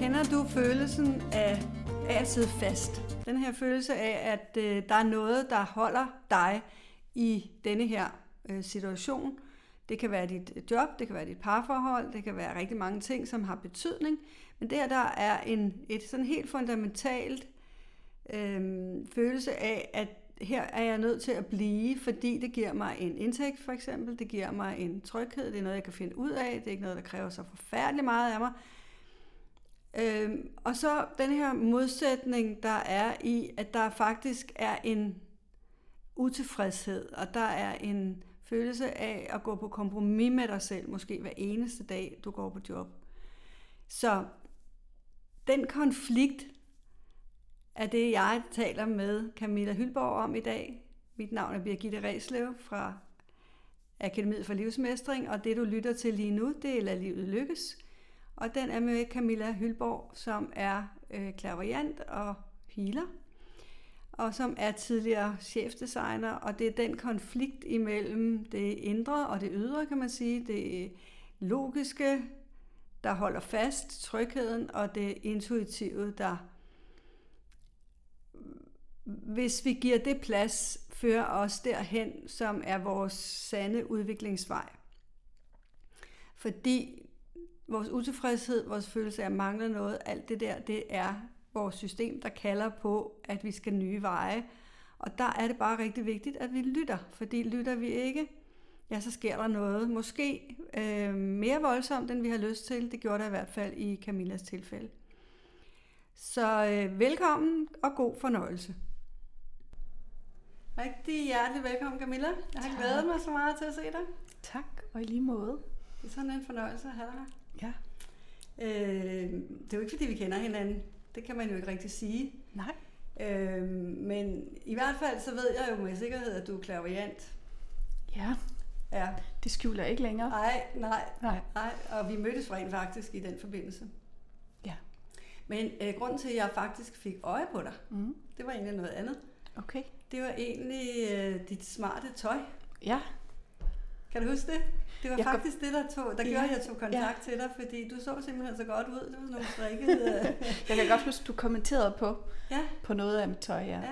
Kender du følelsen af at sidde fast? Den her følelse af, at der er noget, der holder dig i denne her situation. Det kan være dit job, det kan være dit parforhold, det kan være rigtig mange ting, som har betydning. Men der er et sådan helt fundamentalt følelse af, at her er jeg nødt til at blive, fordi det giver mig en indtægt for eksempel. Det giver mig en tryghed, det er noget, jeg kan finde ud af. Det er ikke noget, der kræver så forfærdeligt meget af mig. Og så den her modsætning, der er i, at der faktisk er en utilfredshed, og der er en følelse af at gå på kompromis med dig selv, måske hver eneste dag, du går på job. Så den konflikt er det, jeg taler med Camilla Hyldborg om i dag. Mit navn er Birgitte Ræslev fra Akademiet for Livsmestring, og det du lytter til lige nu, det er Lad livet lykkes. Og den er med Camilla Hyldborg, som er clairvoyant og healer, og som er tidligere chefdesigner, og det er den konflikt imellem det indre og det ydre, kan man sige, det logiske, der holder fast, trygheden, og det intuitive, der, hvis vi giver det plads, fører os derhen, som er vores sande udviklingsvej. Fordi vores utilfredshed, vores følelse af at mangle noget, alt det der, det er vores system, der kalder på, at vi skal nye veje. Og der er det bare rigtig vigtigt, at vi lytter. Fordi lytter vi ikke, ja, så sker der noget. Måske mere voldsomt, end vi har lyst til. Det gjorde der i hvert fald i Camillas tilfælde. Så velkommen og god fornøjelse. Rigtig hjertelig velkommen, Camilla. Jeg har glædet mig så meget til at se dig. Tak, og i lige måde. Det er sådan en fornøjelse at have dig her. Ja. Det er jo ikke, fordi vi kender hinanden. Det kan man jo ikke rigtig sige. Nej. Men i hvert fald så ved jeg jo med sikkerhed, at du er clairvoyant. Ja. Ja. Det skjuler ikke længere. Nej. Og vi mødtes rent faktisk i den forbindelse. Ja. Men grunden til, at jeg faktisk fik øje på dig, det var egentlig noget andet. Okay. Det var egentlig dit smarte tøj. Ja. Kan du huske det? Det var faktisk det, der gjorde, at jeg tog kontakt til dig, fordi du så simpelthen så godt ud. Det var sådan nogle strikkede. Jeg kan godt huske, du kommenterede på noget af mit tøj. Ja.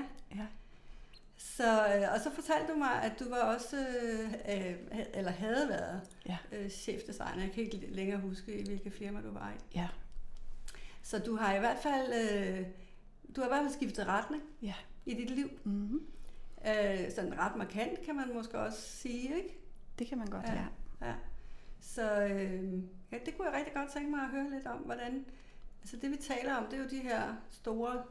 Og så fortalte du mig, at du var også, eller havde været chefdesigner. Jeg kan ikke længere huske, i hvilket firma du var i. Ja. Så du har i hvert fald, skiftet retning i dit liv. Mm-hmm. Sådan ret markant, kan man måske også sige, ikke? Det kan man godt, ja. Så det kunne jeg rigtig godt tænke mig at høre lidt om, hvordan. Altså det vi taler om, det er jo de her store,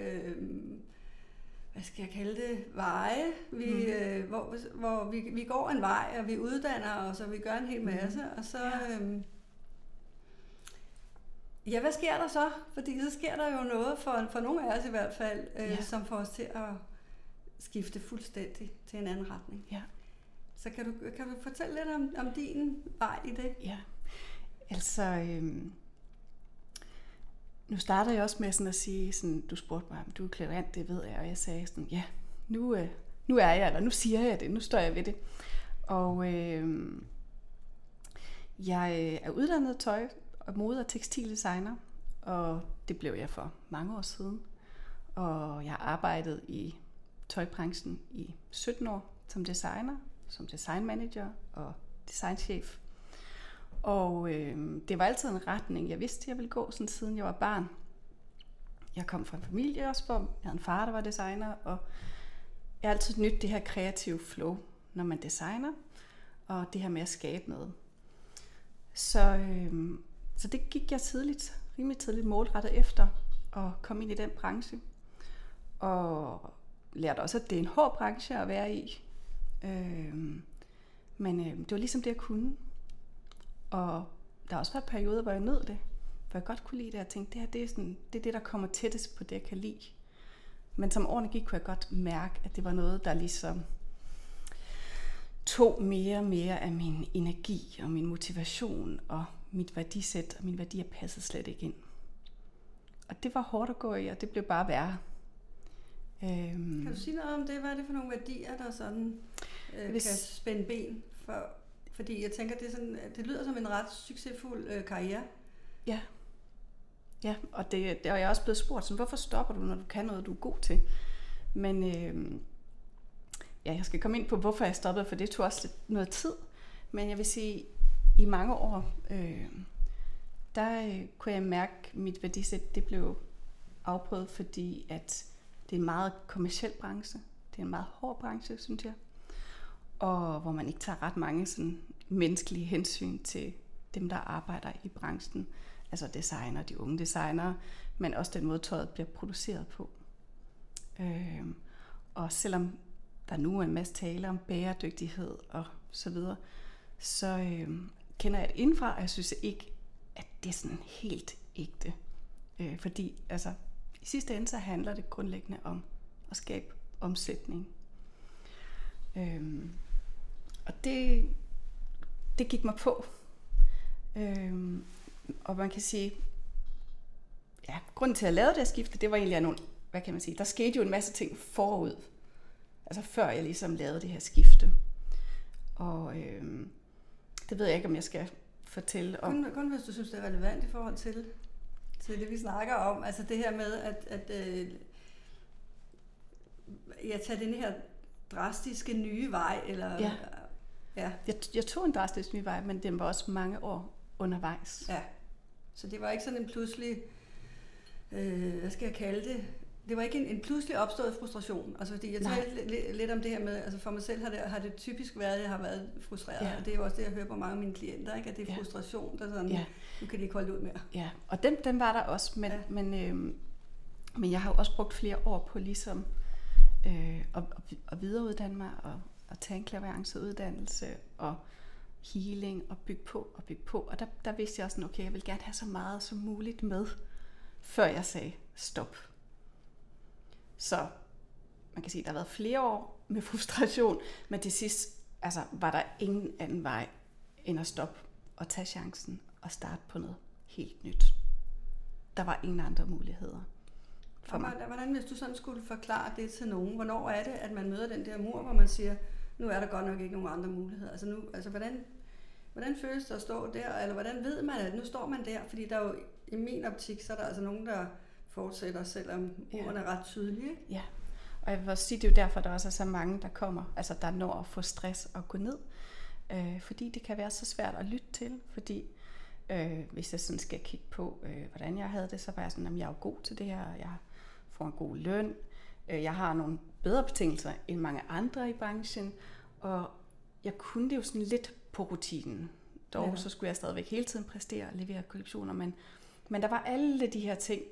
hvad skal jeg kalde det, veje, hvor vi går en vej, og vi uddanner os, og vi gør en hel masse, og så. Hvad sker der så? Fordi så sker der jo noget for nogle af os i hvert fald, som får os til at skifte fuldstændig til en anden retning. Ja. Så kan du fortælle lidt om din vej i det? Ja, altså nu starter jeg også med sådan at sige, sådan, du spurgte mig, om du er clairvoyant, det ved jeg, og jeg sagde sådan, ja, nu er jeg, eller nu siger jeg det, nu står jeg ved det. Og jeg er uddannet tøj- og mode- og tekstildesigner, og det blev jeg for mange år siden. Og jeg har arbejdet i tøjbranchen i 17 år som designer, som designmanager og designchef. Og det var altid en retning, jeg vidste, jeg ville gå, sådan siden jeg var barn. Jeg kom fra en familie også, hvor jeg havde en far, der var designer, og jeg har altid nydt det her kreative flow, når man designer, og det her med at skabe noget. Så det gik jeg rimelig tidligt målrettet efter, og kom ind i den branche. Og lærte også, at det er en hård branche at være i. Men det var ligesom det, jeg kunne. Og der har også været perioder, hvor jeg nød det. Hvor jeg godt kunne lide det, og tænkte, det er det, der kommer tættest på det, jeg kan lide. Men som årene gik, kunne jeg godt mærke, at det var noget, der ligesom tog mere og mere af min energi og min motivation og mit værdisæt og mine værdier passede slet ikke ind. Og det var hårdt at gå i, og det blev bare værre. Kan du sige noget om det? Hvad er det for nogle værdier, der sådan kan spænde ben for? Fordi jeg tænker, det lyder som en ret succesfuld karriere. Ja. Ja, og det er jeg også blevet spurgt, sådan, hvorfor stopper du, når du kan noget, du er god til? Men ja, jeg skal komme ind på, hvorfor jeg stoppede, for det tog også lidt noget tid. Men jeg vil sige, i mange år, der kunne jeg mærke, at mit værdisæt, det blev afprøvet, fordi at det er en meget kommerciel branche. Det er en meget hård branche, synes jeg. Og hvor man ikke tager ret mange sådan menneskelige hensyn til dem, der arbejder i branchen. Altså designer, de unge designere, men også den måde, tøjet bliver produceret på. Og selvom der nu er en masse tale om bæredygtighed og så videre, så kender jeg det indenfra, og jeg synes ikke, at det er sådan helt ægte. Fordi altså, i sidste ende, så handler det grundlæggende om at skabe omsætning. Og det gik mig på. Og man kan sige, ja, grunden til at jeg lavede det her skifte, det var egentlig nogle, hvad kan man sige, der skete jo en masse ting forud. Altså før jeg ligesom lavede det her skifte. Og det ved jeg ikke, om jeg skal fortælle om. Kun hvis du synes, det er relevant i forhold til det, vi snakker om. Altså det her med, at jeg tager den her drastiske nye vej, eller... Ja. Ja. Jeg tog en drastisk ny vej, men den var også mange år undervejs. Ja. Så det var ikke sådan en pludselig, hvad skal jeg kalde det? Det var ikke en pludselig opstået frustration. Altså fordi jeg talte lidt om det her med, altså for mig selv har det typisk været, at jeg har været frustreret. Ja. Og det er jo også det, jeg hører på mange af mine klienter, ikke? At det er frustration, der sådan, nu kan de ikke holde ud mere. Ja, og den var der også, men jeg har jo også brugt flere år på ligesom at videreuddanne mig og tage en klaverenceuddannelse og healing og bygge på. Og der vidste jeg også sådan, okay, jeg vil gerne have så meget som muligt med, før jeg sagde stop. Så man kan sige, at der har været flere år med frustration, men til sidst var der ingen anden vej end at stoppe og tage chancen og starte på noget helt nyt. Der var ingen andre muligheder for mig. Hvordan, hvis du sådan skulle forklare det til nogen, hvornår er det, at man møder den der mur, hvor man siger, nu er der godt nok ikke nogen andre muligheder. Hvordan føles det at stå der, eller hvordan ved man, at nu står man der? Fordi der er jo, i min optik, så er der altså nogen, der fortsætter, selvom ordene er ret tydelige. Ja, og jeg vil også sige, det er jo derfor, der også er så mange, der kommer, altså der når at få stress og gå ned. Fordi det kan være så svært at lytte til, fordi hvis jeg sådan skal kigge på, hvordan jeg havde det, så var jeg sådan, at jeg er jo god til det her, jeg får en god løn, jeg har nogle bedre betingelser end mange andre i branchen, og jeg kunne det jo sådan lidt på rutinen. Dog så skulle jeg stadigvæk hele tiden præstere og levere kollektioner, men der var alle de her ting,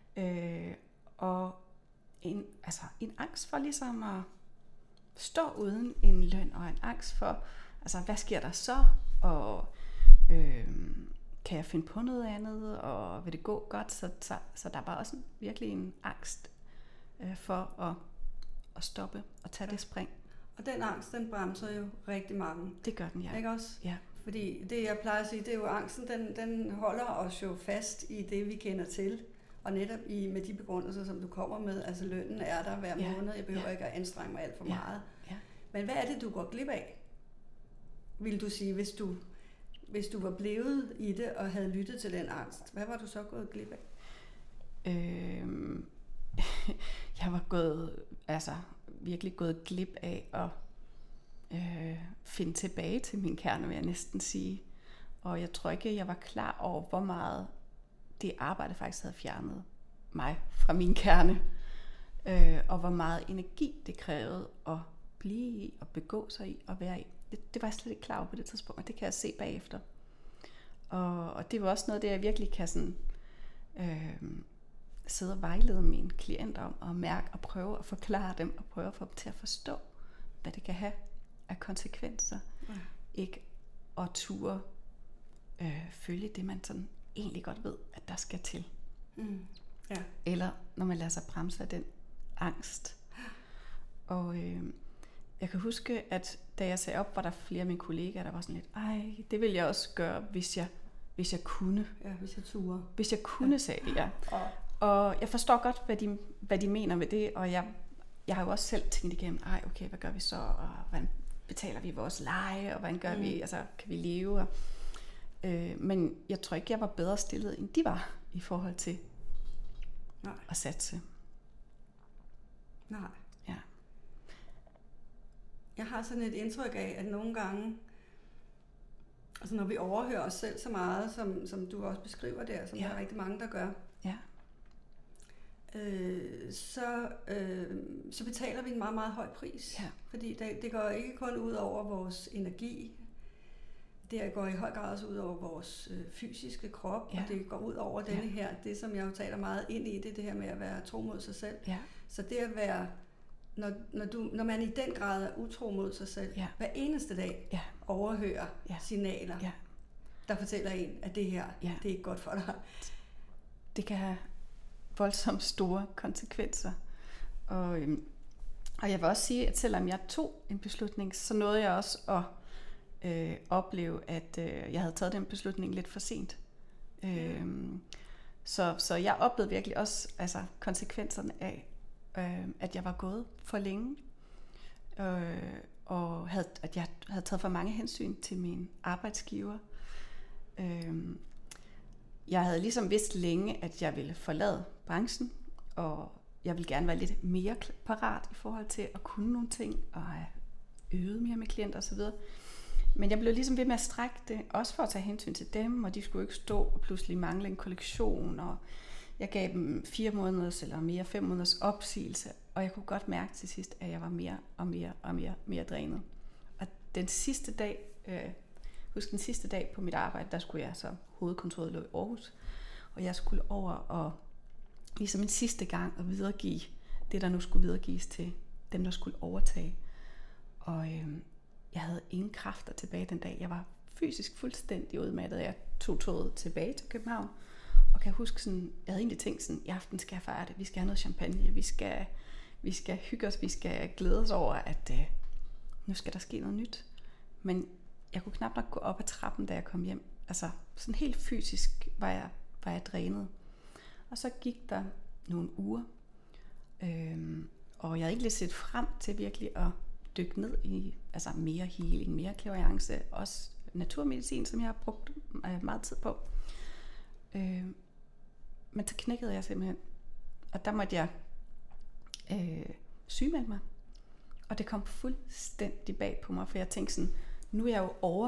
og en angst for ligesom at stå uden en løn, og en angst for, altså hvad sker der så, og kan jeg finde på noget andet, og vil det gå godt, så der var også virkelig en angst for at stoppe og tage det spring. Og den angst, den bremser jo rigtig mange. Det gør den, ja. Ikke også? Ja. Fordi det, jeg plejer at sige, det er jo angsten, den holder os jo fast i det, vi kender til. Og netop med de begrundelser, som du kommer med, altså lønnen er der hver måned, jeg behøver ikke at anstrenge mig alt for meget. Ja. Men hvad er det, du går glip af, vil du sige, hvis du var blevet i det og havde lyttet til den angst? Hvad var du så gået glip af? Jeg var virkelig gået glip af at finde tilbage til min kerne, vil jeg næsten sige. Og jeg tror ikke, jeg var klar over, hvor meget det arbejde faktisk havde fjernet mig fra min kerne. Og hvor meget energi det krævede at blive i, og begå sig i, og være i. Det var jeg slet ikke klar over på det tidspunkt, og det kan jeg se bagefter. Og det var også noget, det jeg virkelig kan sådan, sidde og vejlede mine klienter om, og mærke og prøve at forklare dem, og prøve at få dem til at forstå, hvad det kan have af konsekvenser. Ja. Ikke at ture følge det, man sådan egentlig godt ved, at der skal til. Mm. Ja. Eller når man lader sig bremse af den angst. Og jeg kan huske, at da jeg sagde op, var der flere af mine kollegaer, der var sådan lidt, det ville jeg også gøre, hvis jeg kunne. Ja, hvis jeg turde. Hvis jeg kunne, sagde de, ja. Og jeg forstår godt, hvad de mener med det, og jeg har jo også selv tænkt igennem, okay, hvad gør vi så, og hvordan betaler vi vores leje, og hvordan gør vi, altså kan vi leve? Men jeg tror ikke, jeg var bedre stillet, end de var. i forhold til at satse. Nej. Ja. Jeg har sådan et indtryk af, at nogle gange, altså når vi overhører os selv så meget, som du også beskriver der, som der er rigtig mange, der gør, så betaler vi en meget, meget høj pris. Ja. Fordi det går ikke kun ud over vores energi, det går i høj grad også ud over vores fysiske krop, og det går ud over denne her, det som jeg jo taler meget ind i, det her med at være tro mod sig selv. Ja. Så det at være, når man i den grad er utro mod sig selv, hver eneste dag overhører signaler, der fortæller en, at det her, det er ikke godt for dig. Det kan have voldsomt store konsekvenser. Og jeg vil også sige, at selvom jeg tog en beslutning, så nåede jeg også at opleve, at jeg havde taget den beslutning lidt for sent. Så jeg oplevede virkelig også konsekvenserne af, at jeg var gået for længe, og at jeg havde taget for mange hensyn til min arbejdsgiver. Jeg havde ligesom vidst længe, at jeg ville forlade branchen, og jeg ville gerne være lidt mere parat i forhold til at kunne nogle ting, og have øvet mere med klienter osv. Men jeg blev ligesom ved med at strække det, også for at tage hensyn til dem, og de skulle ikke stå og pludselig mangle en kollektion, og jeg gav dem 4 måneders eller mere 5 måneders opsigelse, og jeg kunne godt mærke til sidst, at jeg var mere drænet. Og den sidste dag, den sidste dag på mit arbejde, der skulle jeg så, hovedkontoret lå i Aarhus, og jeg skulle over og ligesom en sidste gang at videregive det, der nu skulle videregives til dem, der skulle overtage. Og jeg havde ingen kræfter tilbage den dag. Jeg var fysisk fuldstændig udmattet. Jeg tog toget tilbage til København, og kan huske sådan, jeg havde egentlig tænkt sådan, i aften skal jeg fejre det, vi skal have noget champagne, vi skal hygge os, vi skal glæde os over, at nu skal der ske noget nyt. Men jeg kunne knap nok gå op ad trappen, da jeg kom hjem. Altså sådan helt fysisk var jeg drænet. Og så gik der nogle uger, og jeg havde ikke set frem til virkelig at dykke ned i mere healing, mere clairvoyance, også naturmedicin, som jeg har brugt meget tid på. Men så knækkede jeg simpelthen, og der måtte jeg sygemelde mig, og det kom fuldstændig bag på mig, for jeg tænkte sådan, nu er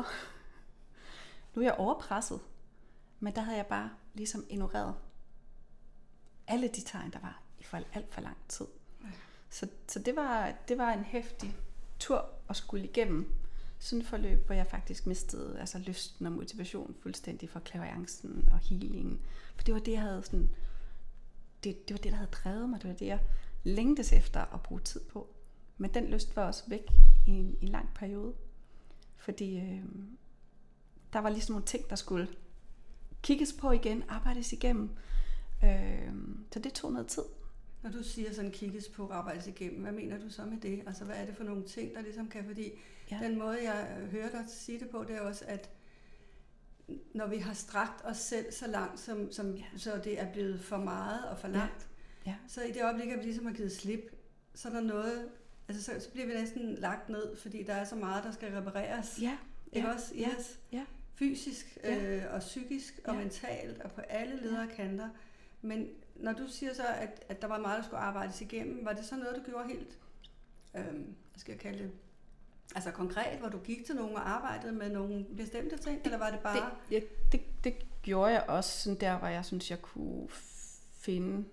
jeg overpresset, men der havde jeg bare ligesom ignoreret alle de tegn, der var i alt for lang tid. Så det var en heftig tur at skulle igennem sådan et forløb, hvor jeg faktisk mistede lysten og motivationen fuldstændig for clairvoyancen og healingen. For det var det, jeg havde sådan, det var det, der havde drevet mig. Det var det, jeg længtes efter at bruge tid på. Men den lyst var også væk i en lang periode. Fordi der var ligesom nogle ting, der skulle kigges på igen, arbejdes igennem. Så det tog noget tid. Når du siger sådan kigges på, arbejdes igennem, hvad mener du så med det? Altså hvad er det for nogle ting, der ligesom kan, fordi den måde, jeg hører dig sige det på, det er også, at når vi har strakt os selv så langt, så det er blevet for meget og for langt, så i det øjeblik, at vi ligesom har givet slip, så er der noget, så bliver vi næsten lagt ned, fordi der er så meget, der skal repareres. Ikke også i os? Fysisk og psykisk og mentalt og på alle ledere kanter. Men når du siger så, at der var meget, der skulle arbejdes igennem, var det så noget, du gjorde helt, hvad skal jeg kalde det, altså konkret, hvor du gik til nogen og arbejdede med nogle bestemte ting, eller var det bare? Det gjorde jeg også sådan der, hvor jeg synes, jeg kunne finde,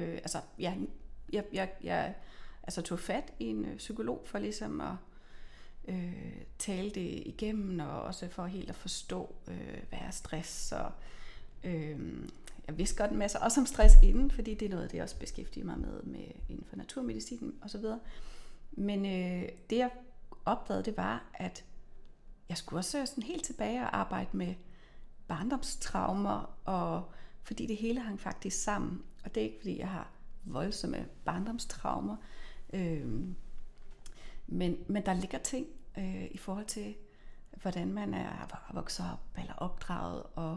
jeg tog fat i en psykolog for ligesom at tale det igennem, og også for helt at forstå, hvad er stress, og jeg vidste godt en masse også om stress inden, fordi det er noget, det jeg også beskæftiger mig med inden for naturmedicin og så videre. Men det jeg opdagede, det var, at jeg skulle også sådan helt tilbage og arbejde med barndomstraumer, og fordi det hele hang faktisk sammen. Og det er ikke, fordi jeg har voldsomme barndomstraumer, men der ligger ting i forhold til, hvordan man er vokset op eller opdraget, og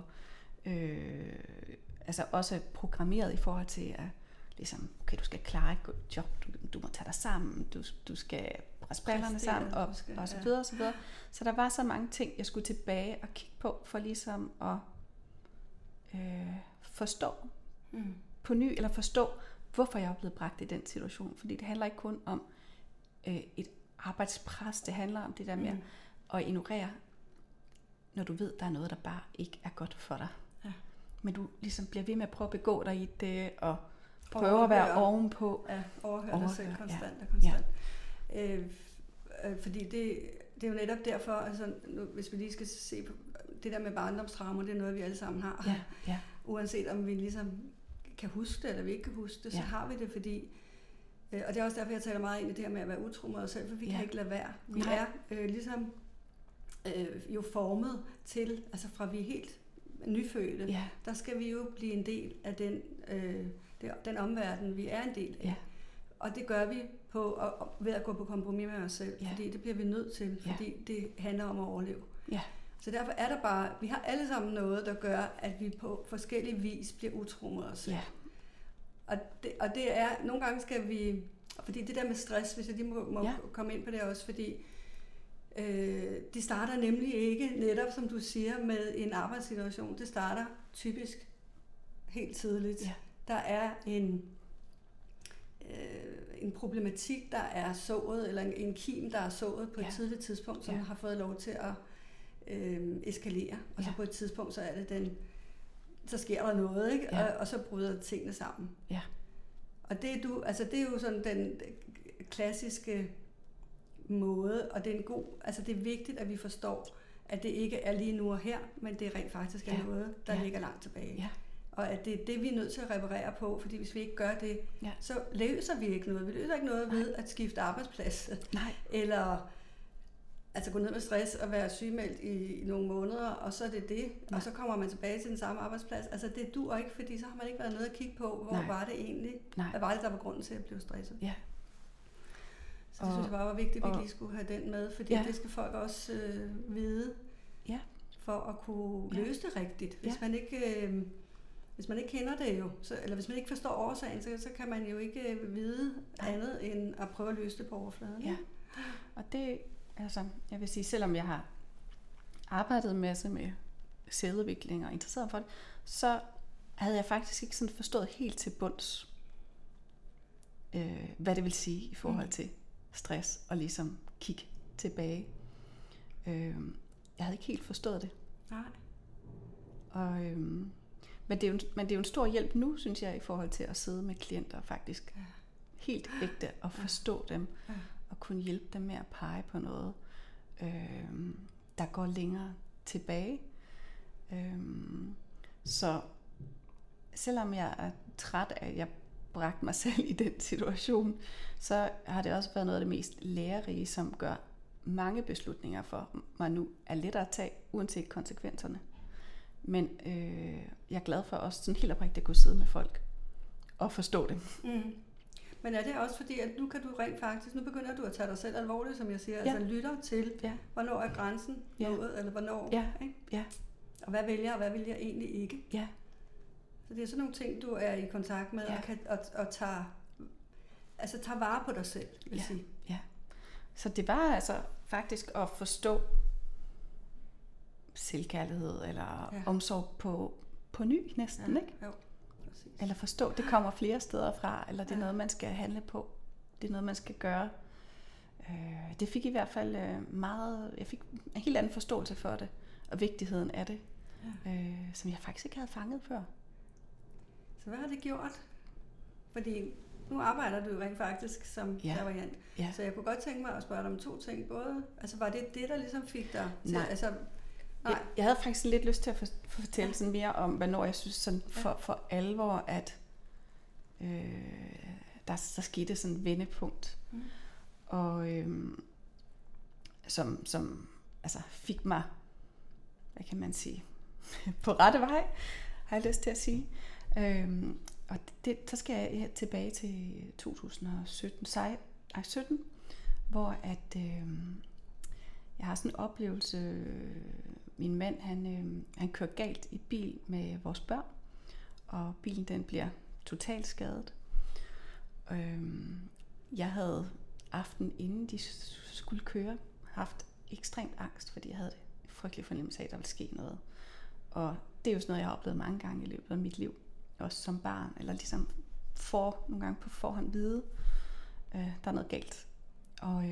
også programmeret i forhold til at ligesom, okay, du skal klare et godt job, du må tage dig sammen, du skal presse brillerne sammen, og så videre, og så videre. Så der var så mange ting, jeg skulle tilbage og kigge på, for ligesom at forstå på ny, eller forstå, hvorfor jeg er blevet bragt i den situation. Fordi det handler ikke kun om et arbejdspres, det handler om det der med at ignorere, når du ved, der er noget, der bare ikke er godt for dig. Ja. Men du ligesom bliver ved med at prøve at begå dig i det, og prøve at være ovenpå. Ja, overhøre dig selv konstant og konstant. Ja. Fordi det er jo netop derfor, altså, hvis vi lige skal se på det der med barndomstraumer, det er noget, vi alle sammen har. Ja. Ja. Uanset om vi ligesom kan huske det, eller vi ikke kan huske det, så har vi det, fordi... Og det er også derfor, jeg taler meget ind i det her med at være utro mod os selv, for vi kan ikke lade være. Vi er ligesom jo formet til, altså fra vi er helt nyfødte, der skal vi jo blive en del af den omverden, vi er en del af. Ja. Og det gør vi ved at gå på kompromis med os selv, fordi det bliver vi nødt til, fordi det handler om at overleve. Ja. Så derfor er der bare, vi har alle sammen noget, der gør, at vi på forskellige vis bliver utro mod os selv. Ja. Og det er, nogle gange skal vi, fordi det der med stress, hvis jeg lige må komme ind på det også, fordi det starter nemlig ikke netop, som du siger, med en arbejdssituation. Det starter typisk helt tidligt. Ja. Der er en problematik, der er sået, eller en kim, der er sået på et tidligt tidspunkt, som har fået lov til at eskalere. Og så på et tidspunkt, så er det så sker der noget, ikke? Ja. Og så bryder tingene sammen. Ja. Og det er jo sådan den klassiske måde, og det er det er vigtigt, at vi forstår, at det ikke er lige nu og her, men det rent faktisk er noget, der ligger langt tilbage. Ja. Og at det er det, vi er nødt til at reparere på, fordi hvis vi ikke gør det, så løser vi ikke noget. Vi løser ikke noget ved at skifte arbejdsplads. Nej. Eller gå ned med stress og være sygemeldt i nogle måneder, og så er det, og så kommer man tilbage til den samme arbejdsplads. Altså det duer ikke, fordi så har man ikke været nede at kigge på, hvor var det egentlig, hvad var det, der var grunden til at blive stresset. Ja. Så det synes jeg bare var vigtigt, at vi lige skulle have den med, fordi det skal folk også vide, for at kunne løse det rigtigt. Hvis man ikke kender det jo, eller hvis man ikke forstår årsagen, så kan man jo ikke vide andet end at prøve at løse det på overfladen. Ja. Og det, jeg vil sige, selvom jeg har arbejdet en masse med selvudvikling og interesseret for det, så havde jeg faktisk ikke sådan forstået helt til bunds, hvad det vil sige i forhold til stress og ligesom kigge tilbage. Jeg havde ikke helt forstået det. Nej. Og, men det er jo en stor hjælp nu, synes jeg, i forhold til at sidde med klienter faktisk helt ægte og forstå dem og kunne hjælpe dem med at pege på noget, der går længere tilbage. Så selvom jeg er træt af, at jeg bragte mig selv i den situation, så har det også været noget af det mest lærerige, som gør mange beslutninger for mig nu er lettere at tage, uanset konsekvenserne. Men jeg er glad for også sådan helt oprigtigt at kunne sidde med folk og forstå dem. Mm. Men er det også fordi, at nu kan du rent faktisk, nu begynder du at tage dig selv alvorligt, som jeg siger, altså lytter til, hvornår er grænsen nået, eller hvornår, ikke? Ja. Og hvad vælger jeg, og hvad vil jeg egentlig ikke? Ja. Så det er sådan nogle ting, du er i kontakt med, og tager vare på dig selv, vil jeg sige. Ja. Så det var altså faktisk at forstå selvkærlighed, eller omsorg på ny næsten, ikke? Jo. Eller forstå, det kommer flere steder fra, eller det er noget, man skal handle på. Det er noget, man skal gøre. Det fik i hvert fald jeg fik en helt anden forståelse for det, og vigtigheden af det, som jeg faktisk ikke havde fanget før. Så hvad har det gjort? Fordi nu arbejder du jo rent faktisk som variant. Ja. Så jeg kunne godt tænke mig at spørge dig om to ting. Både, var det der ligesom fik dig til? Nej. Nej. Jeg havde faktisk lidt lyst til at fortælle sådan mere om, hvornår jeg synes sådan for alvor, at der skete sådan et vendepunkt. Mm. Og som fik mig, hvad kan man sige, på rette vej, har jeg lyst til at sige. Og så skal jeg tilbage til 2017, hvor at jeg har sådan en oplevelse. Min mand, han kører galt i bil med vores børn, og bilen den bliver totalt skadet. Jeg havde aften inden de skulle køre haft ekstremt angst, fordi jeg havde det frygteligt fornemmelse af, at der ville ske noget. Og det er jo sådan noget, jeg har oplevet mange gange i løbet af mit liv. Også som barn, eller ligesom får nogle gange på forhånd vide, der er noget galt. Og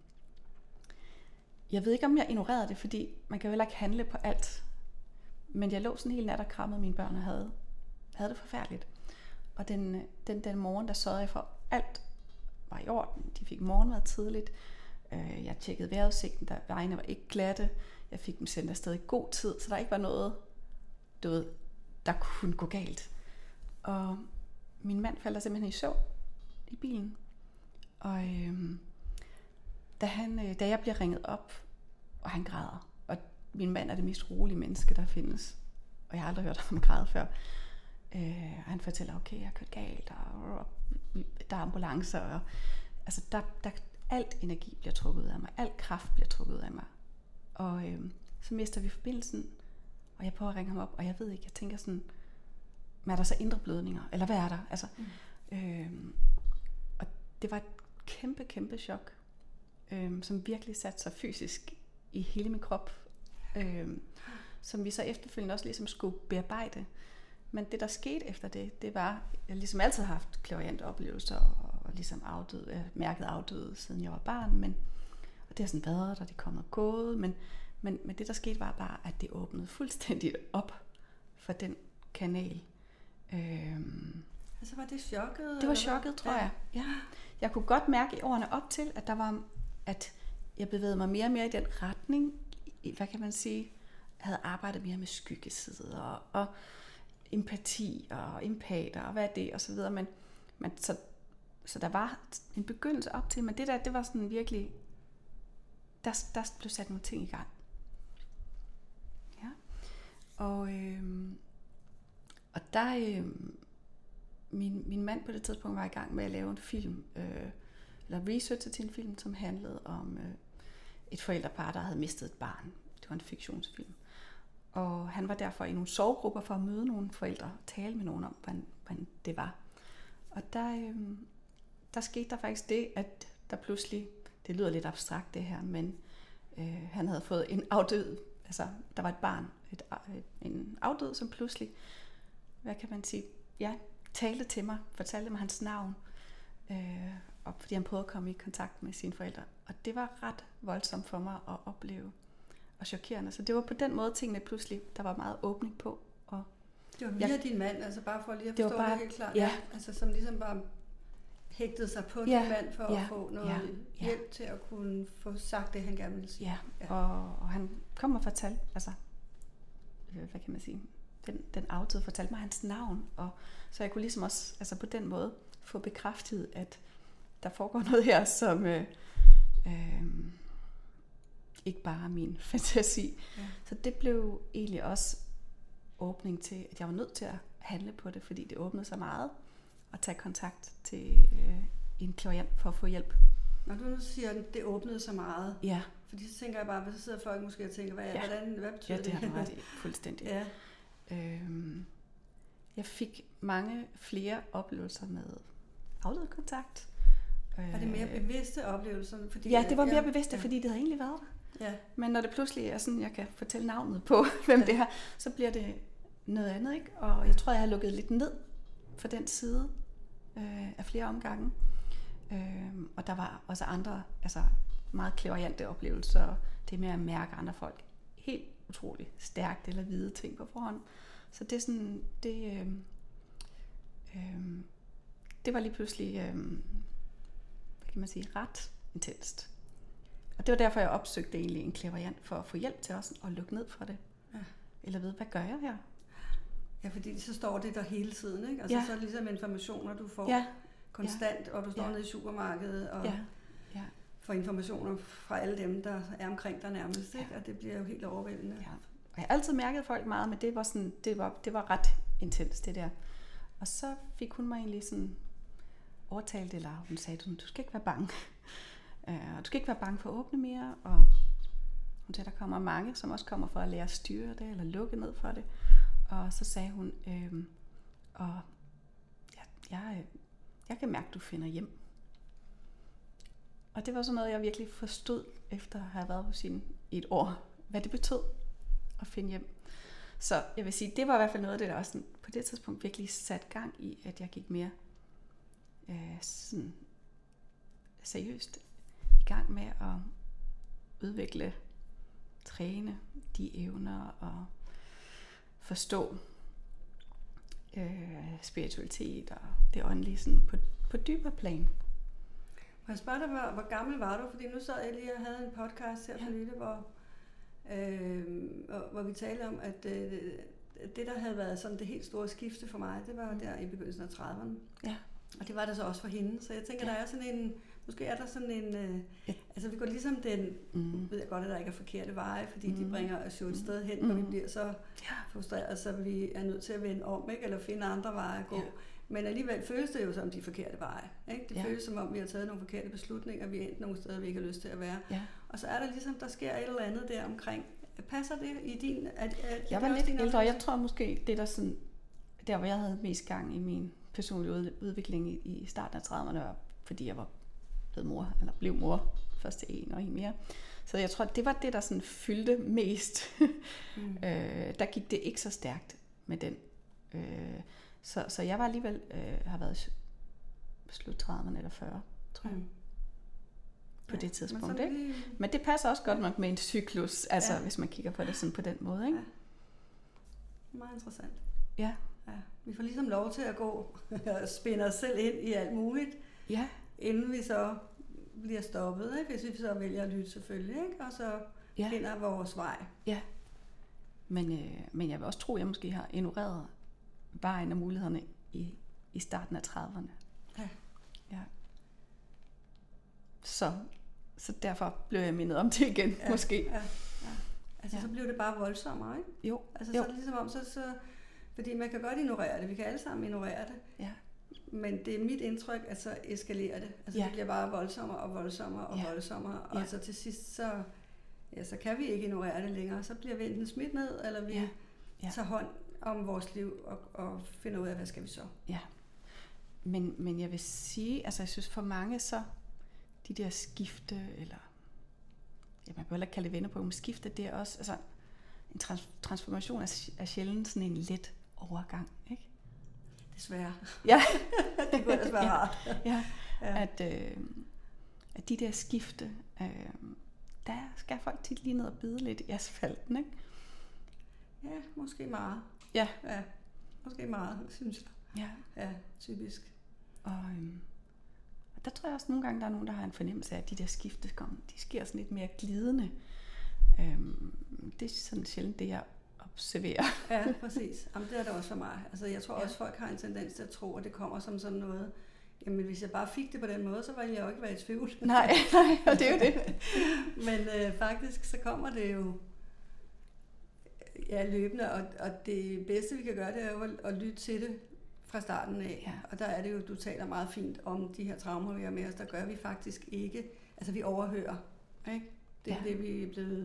jeg ved ikke, om jeg ignorerede det, fordi man kan jo heller ikke handle på alt. Men jeg lå sådan hele nat og krammede mine børn og havde det forfærdeligt. Og den morgen, der sørgede jeg for, alt var i orden. De fik morgenmad tidligt. Jeg tjekkede vejrudsigten, vejene var ikke glatte. Jeg fik dem sendt afsted i god tid, så der ikke var noget, der kunne gå galt. Og min mand faldt simpelthen i søvn i bilen. Og da jeg bliver ringet op, og han græder, og min mand er det mest rolige menneske, der findes, og jeg har aldrig hørt ham græde før. Han fortæller, okay, jeg har kørt galt, og der er ambulancer, og altså der alt energi bliver trukket ud af mig, alt kraft bliver trukket ud af mig. Og så mister vi forbindelsen, og jeg prøver at ringe ham op, og jeg ved ikke, jeg tænker sådan, er der så indre blødninger, eller hvad er der? Altså, og det var et kæmpe, kæmpe chok, som virkelig satte sig fysisk i hele min krop, som vi så efterfølgende også ligesom skulle bearbejde. Men det, der skete efter det var, jeg ligesom altid har haft clairvoyante oplevelser, og ligesom mærket afdøde, siden jeg var barn, og det har sådan været, og det er kommet og gået, men det, der skete, var bare, at det åbnede fuldstændigt op for den kanal. Altså var det chokket? Det var chokket, tror jeg. Ja. Jeg kunne godt mærke i årene op til, at jeg bevægede mig mere og mere i den retning, hvad kan man sige, jeg havde arbejdet mere med skyggesider, og empati og empater og hvad er det og så videre, men så der var en begyndelse op til, men det var sådan virkelig, der blev sat nogle ting i gang. Ja. Og der min mand på det tidspunkt var i gang med at lave en film, eller research til en film, som handlede om et forældrepar, der havde mistet et barn. Det var en fiktionsfilm. Og han var derfor i nogle sorggrupper for at møde nogle forældre og tale med nogen om, hvordan det var. Og der skete der faktisk det, at der pludselig, det lyder lidt abstrakt det her, men han havde fået en afdød, altså der var et barn, en afdød, som pludselig, hvad kan man sige, ja, talte til mig, fortalte mig hans navn, og fordi han prøvede at komme i kontakt med sine forældre. Og det var ret voldsomt for mig at opleve, og chokerende. Så det var på den måde tingene pludselig, der var meget åbning på. Og det var via din mand, altså bare for lige at forstå det helt klart. Ja. Altså som ligesom bare hægtede sig på din mand for at få noget hjælp til at kunne få sagt det, han gerne ville sige. Ja. Og han kom og fortalte, altså, hvad kan man sige, den afdøde fortalte mig hans navn, og så jeg kunne ligesom også, altså på den måde, få bekræftet, at der foregår noget her, som ikke bare min fantasi. Ja. Så det blev egentlig også åbning til, at jeg var nødt til at handle på det, fordi det åbnede så meget, at tage kontakt til en clairvoyant for at få hjælp. Når du nu siger, at det åbnede så meget, ja. Fordi så tænker jeg bare, hvad så sidder folk måske og tænker, hvad betyder det? Ja, det har ret i, fuldstændig. Ja. Jeg fik mange flere oplevelser med afdød kontakt. Var det mere bevidste oplevelser? Fordi, ja, det var mere bevidste, fordi det havde egentlig været der. Ja. Men når det pludselig er sådan, jeg kan fortælle navnet på, hvem det er, så bliver det noget andet, ikke? Og jeg tror, jeg har lukket lidt ned for den side af flere omgange. Og der var også andre, altså meget clairvoyante oplevelser. Det med at mærke andre folk helt utroligt stærkt eller vide ting på forhånd. Så det er sådan, det var lige pludselig, hvad kan man sige, ret intenst. Og det var derfor, jeg opsøgte egentlig en clairvoyant for at få hjælp til også at lukke ned for det. Ja. Eller vide, hvad gør jeg her? Ja, fordi så står det der hele tiden, ikke? Altså så er det ligesom informationer, du får konstant, og du står nede i supermarkedet og får informationer fra alle dem, der er omkring dig nærmest, ikke? Og det bliver jo helt overvældende. Ja. Og jeg har altid mærket folk meget, men det var sådan, det var ret intenst, det der. Og så fik hun mig egentlig sådan overtalt, eller hun sagde, du skal ikke være bange. Du skal ikke være bange for at åbne mere. Og hun sagde, der kommer mange, som også kommer for at lære at styre det, eller lukke ned for det. Og så sagde hun, jeg kan mærke, at du finder hjem. Og det var sådan noget, jeg virkelig forstod, efter at have været hos hende i et år, hvad det betød at finde hjem. Så jeg vil sige, det var i hvert fald noget af det, der også på det tidspunkt virkelig sat gang i, at jeg gik mere sådan seriøst i gang med at udvikle, træne de evner og forstå spiritualitet og det åndelige sådan på dybere plan. Må jeg spørge dig, hvor gammel var du? Fordi nu sad jeg lige og havde en podcast her for nylig, hvor vi talte om, at det, der havde været sådan det helt store skifte for mig, det var der i begyndelsen af 30'erne. Ja. Og det var det så også for hende. Så jeg tænker, der er sådan en, måske er der sådan en, altså vi går ligesom den, ved jeg godt, at der ikke er forkerte veje, fordi de bringer os jo et sted hen, hvor vi bliver så frustreret, så vi er nødt til at vende om, ikke? Eller finde andre veje at gå. Ja. Men alligevel føles det jo som de forkerte veje. Ikke? Det føles som om, vi har taget nogle forkerte beslutninger, vi er endt nogle steder, vi ikke har lyst til at være. Ja. Og så er der ligesom, der sker et eller andet der omkring. Passer det i din... Jeg var lidt ældre, jeg tror måske, det der sådan, der hvor jeg havde mest gang i min personlige udvikling i starten af 30'erne, fordi jeg var blevet mor, eller blev mor, først til en og en mere. Så jeg tror, det var det, der sådan fyldte mest. Der gik det ikke så stærkt med den. Så jeg var alligevel, har været slut 30'erne eller 40, tror jeg. På det tidspunkt, ikke? Men det passer også godt nok med en cyklus, altså hvis man kigger på det sådan på den måde, ikke? Ja. Meget interessant. Ja. Vi får ligesom lov til at gå og spænde os selv ind i alt muligt, inden vi så bliver stoppet, ikke? Hvis vi så vælger at lytte selvfølgelig, ikke? Og så finder vores vej. Ja. Men jeg vil også tro, at jeg måske har ignoreret vejen og mulighederne i starten af 30'erne. Ja. Så derfor blev jeg mindet om det igen, måske. Ja. Altså så blev det bare voldsommere, ikke? Jo. Altså så er det ligesom om, så fordi man kan godt ignorere det, vi kan alle sammen ignorere det. Ja. Men det er mit indtryk, at så eskalerer det. Altså det bliver bare voldsommere og voldsommere og voldsommere. Og så til sidst, så kan vi ikke ignorere det længere. Så bliver vi enten smidt ned, eller vi tager hånd om vores liv og finder ud af, hvad skal vi så. Ja. Men jeg vil sige, altså jeg synes for mange så, de der skifte, eller man kan heller ikke kalde det vendepunkt, men skifte, det er også, altså en transformation er sjældent sådan en let overgang, ikke? Desværre. Ja. Det kunne ellers være rart. Ja. At de der skifte, der skal folk tit lige ned og bide lidt i asfalten, ikke? Ja, måske meget. Ja. Måske meget, synes jeg. Ja, typisk. Og der tror jeg også nogle gange, der er nogen, der har en fornemmelse af, at de der skifte, de sker sådan lidt mere glidende. Det er sådan sjældent det, jeg observerer. Ja, præcis. Jamen, det er det også for mig. Altså, jeg tror også, folk har en tendens til at tro, at det kommer som sådan noget. Jamen, hvis jeg bare fik det på den måde, så ville jeg jo ikke være i tvivl. Nej, og det er jo det. Men faktisk, så kommer det jo løbende, og det bedste, vi kan gøre, det er jo at lytte til det fra starten af. Ja. Og der er det jo, du taler meget fint om de her traumer, vi har med os, der gør vi faktisk ikke. Altså, vi overhører, ikke? Det er det, vi er blevet,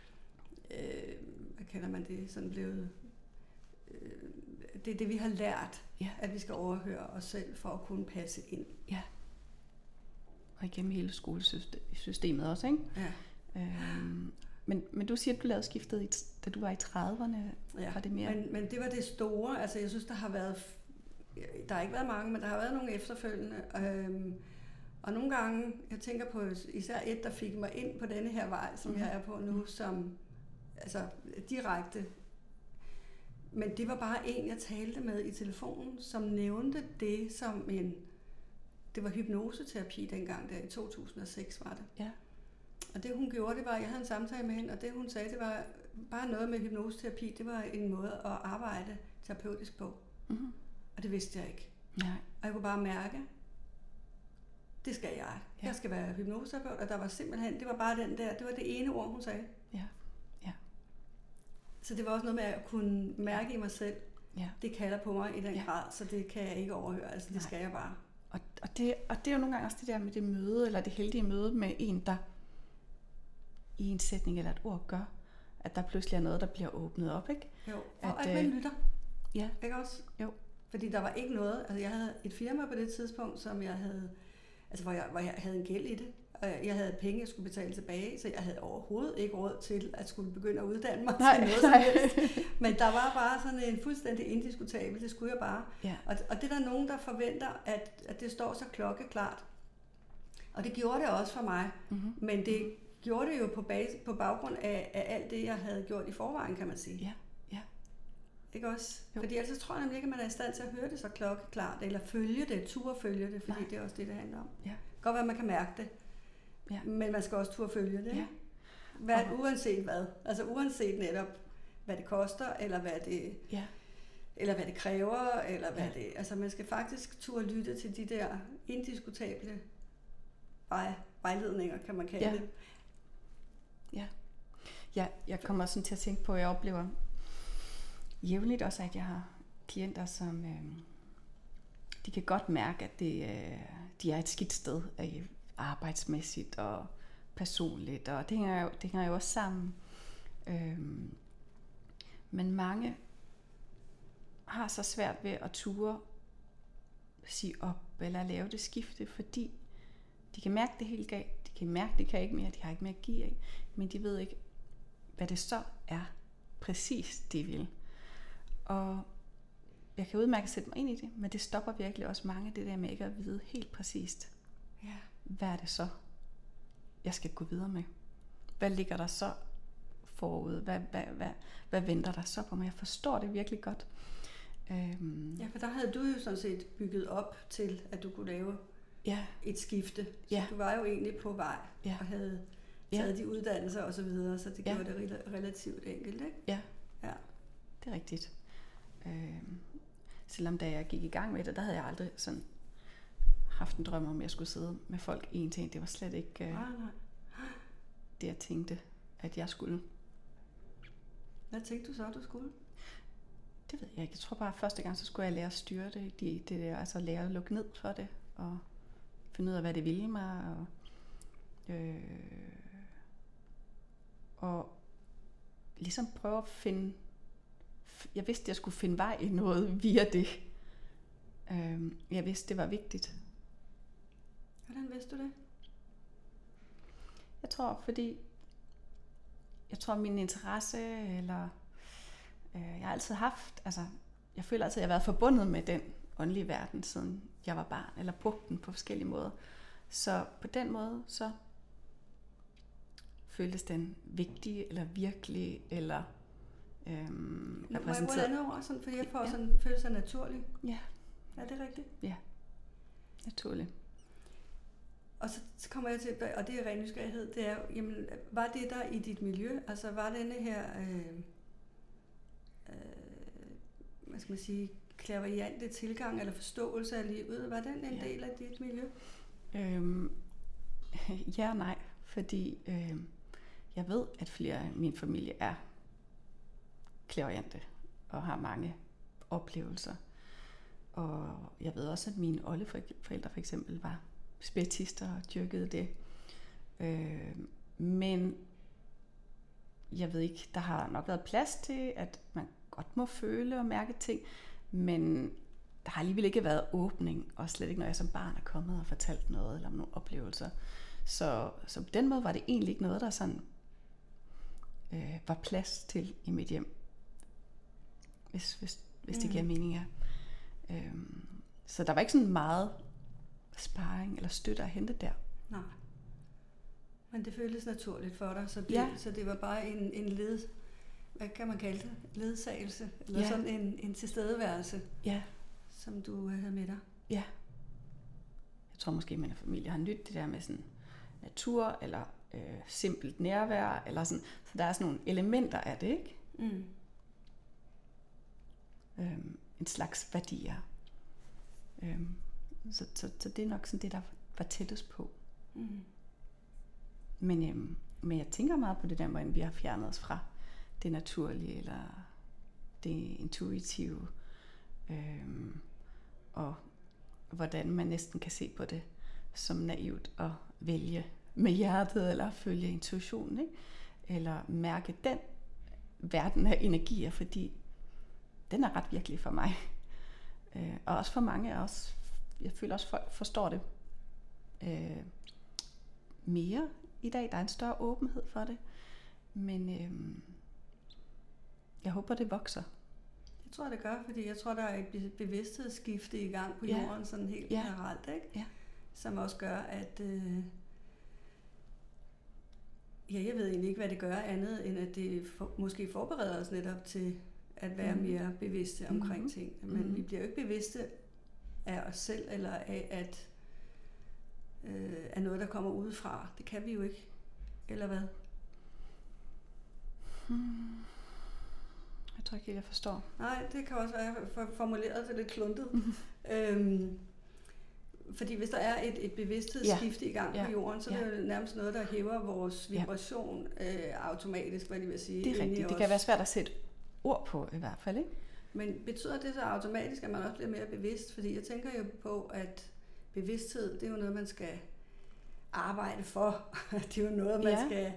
hvad kalder man det, sådan blevet, det er det, vi har lært, at vi skal overhøre os selv for at kunne passe ind. Ja. Og igennem hele skolesystemet også, ikke? Ja. Men du siger, at du lavede skiftet, da du var i 30'erne. Ja, var det mere? Men det var det store. Altså, jeg synes, der har ikke været mange, men der har været nogle efterfølgende. Og nogle gange, jeg tænker på især et, der fik mig ind på denne her vej, som jeg er på nu, som altså direkte. Men det var bare en, jeg talte med i telefonen, som nævnte det som det var hypnoseterapi dengang, der i 2006 var det. Ja. Og det hun gjorde, det var, jeg havde en samtale med hende, og det hun sagde, det var bare noget med hypnoseterapi, det var en måde at arbejde terapeutisk på. Mm-hmm. Og det vidste jeg ikke. Nej. Og jeg kunne bare mærke, det skal jeg. Ja. Jeg skal være hypnoseterapeut, og der var simpelthen, det var bare det var det ene ord, hun sagde. Ja. Ja. Så det var også noget med at kunne mærke i mig selv, det kalder på mig i den grad, så det kan jeg ikke overhøre, altså det skal jeg bare. Og det er jo nogle gange også det der med det møde, eller det heldige møde med en, der i en sætning eller et ord gør, at der pludselig er noget, der bliver åbnet op, ikke? Jo, og at man lytter. Ja. Ikke også? Jo. Fordi der var ikke noget, altså jeg havde et firma på det tidspunkt, som jeg havde, altså hvor jeg havde en gæld i det, Jeg havde penge, jeg skulle betale tilbage, så jeg havde overhovedet ikke råd til at skulle begynde at uddanne mig Nej, til noget som helst. Men der var bare sådan en fuldstændig indiskutabel, det skulle jeg bare. Ja. Og det er der nogen, der forventer, at det står så klokkeklart. Og det gjorde det også for mig. Mm-hmm. Men det gjorde det jo på baggrund af alt det, jeg havde gjort i forvejen, kan man sige. Ja, ja. Ikke også? Jo. Fordi ellers tror jeg nemlig ikke, at man er i stand til at høre det så klokkeklart, eller følge det, turde følge det, fordi det er også det, det handler om. Ja. Godt være, at man kan mærke det, men man skal også turde følge det. Ja. Uanset hvad. Altså uanset netop, hvad det koster, eller hvad det, eller hvad det kræver, eller hvad det... Altså man skal faktisk turde lytte til de der indiskutable vejledninger, kan man kalde det. Ja, jeg kommer sådan til at tænke på, at jeg oplever jævnligt også, at jeg har klienter, som de kan godt mærke, at de er et skidt sted arbejdsmæssigt og personligt, og det hænger jo også sammen. Men mange har så svært ved at ture sige op eller lave det skifte, fordi de kan mærke det helt galt. De kan mærke, det kan ikke mere, de har ikke mere at give af, men de ved ikke, hvad det så er præcis, de vil. Og jeg kan udmærket sætte mig ind i det, men det stopper virkelig også mange, det der med ikke at vide helt præcist, hvad er det så, jeg skal gå videre med? Hvad ligger der så forud? Hvad venter der så på mig? Jeg forstår det virkelig godt. Ja, for der havde du jo sådan set bygget op til, at du kunne lave et skifte. Så du var jo egentlig på vej og havde taget de uddannelser og så videre, så det gjorde det relativt enkelt, ikke? Ja, det er rigtigt. Selvom da jeg gik i gang med det, der havde jeg aldrig sådan haft en drøm om, at jeg skulle sidde med folk en til en. Det var slet ikke det, jeg tænkte, at jeg skulle. Hvad tænkte du så, du skulle? Det ved jeg ikke. Jeg tror bare, at første gang, så skulle jeg lære at styre det. Det der, altså lære at lukke ned for det, og finde ud af, hvad det ville mig, og ligesom prøve at finde. Jeg vidste, at jeg skulle finde vej i noget via det. Jeg vidste, det var vigtigt. Hvordan vidste du det? Jeg tror, min interesse, eller jeg har altid haft, altså jeg føler altid, at jeg har været forbundet med den åndelige verden, siden jeg var barn, eller brugt den på forskellige måder. Så på den måde, så føltes den vigtig, eller virkelig, eller repræsenteret. Hvordan ord, sådan, fordi jeg får sådan en følelse af naturlig. Ja. Er det rigtigt? Ja, naturligt. Og så kommer jeg til, og det er ren nysgerrighed, det er jamen, var det der i dit miljø? Altså var denne her, hvad skal man sige, clairvoyante tilgang eller forståelse af livet, var den en del af dit miljø? Ja og nej, fordi jeg ved, at flere af min familie er clairvoyante og har mange oplevelser. Og jeg ved også, at mine oldeforældre for eksempel var spiritister og dyrkede det. Men jeg ved ikke, der har nok været plads til, at man godt må føle og mærke ting, men der har alligevel ikke været åbning, og slet ikke, når jeg som barn er kommet og fortalt noget eller om nogle oplevelser. Så på den måde var det egentlig ikke noget, der sådan var plads til i mit hjem, hvis det giver mening, ja. Så der var ikke sådan meget sparring eller støtte at hente der. Nej. Men det føltes naturligt for dig, så det var bare en led, hvad kan man kalde det? Ledsagelse, eller sådan en tilstedeværelse, som du havde med dig. Ja. Jeg tror måske, at min familie har nydt det der med sådan natur, eller simpelt nærvær, eller sådan. Så der er sådan nogle elementer af det, ikke? Mm. En slags værdier. Så det er nok sådan det, der var tættest på. Mm. Men jeg tænker meget på det der, hvordan vi har fjernet os fra det naturlige, eller det intuitive, og hvordan man næsten kan se på det som naivt at vælge med hjertet, eller følge intuitionen, ikke? Eller mærke den verden af energier, fordi den er ret virkelig for mig. Og også for mange af os. Jeg føler også, at folk forstår det mere i dag. Der er en større åbenhed for det. Men jeg håber, det vokser. Jeg tror, det gør, fordi jeg tror, der er et bevidsthedsskifte i gang på jorden, sådan helt generelt, ikke? Ja. Som også gør, at... jeg ved egentlig ikke, hvad det gør andet, end at det måske forbereder os netop til at være mere bevidste omkring ting. Men vi bliver jo ikke bevidste af os selv, eller af noget, der kommer udefra. Det kan vi jo ikke. Eller hvad? Jeg tror ikke helt, jeg forstår. Nej, det kan også være formuleret til lidt kluntet. Fordi hvis der er et bevidsthedsskifte i gang på jorden, så er det jo nærmest noget, der hæver vores vibration automatisk, hvad det vil sige. Det er rigtigt. Det kan være svært at sætte ord på i hvert fald, ikke? Men betyder det så automatisk, at man også bliver mere bevidst? Fordi jeg tænker jo på, at bevidsthed, det er jo noget, man skal arbejde for. Det er jo noget, man skal...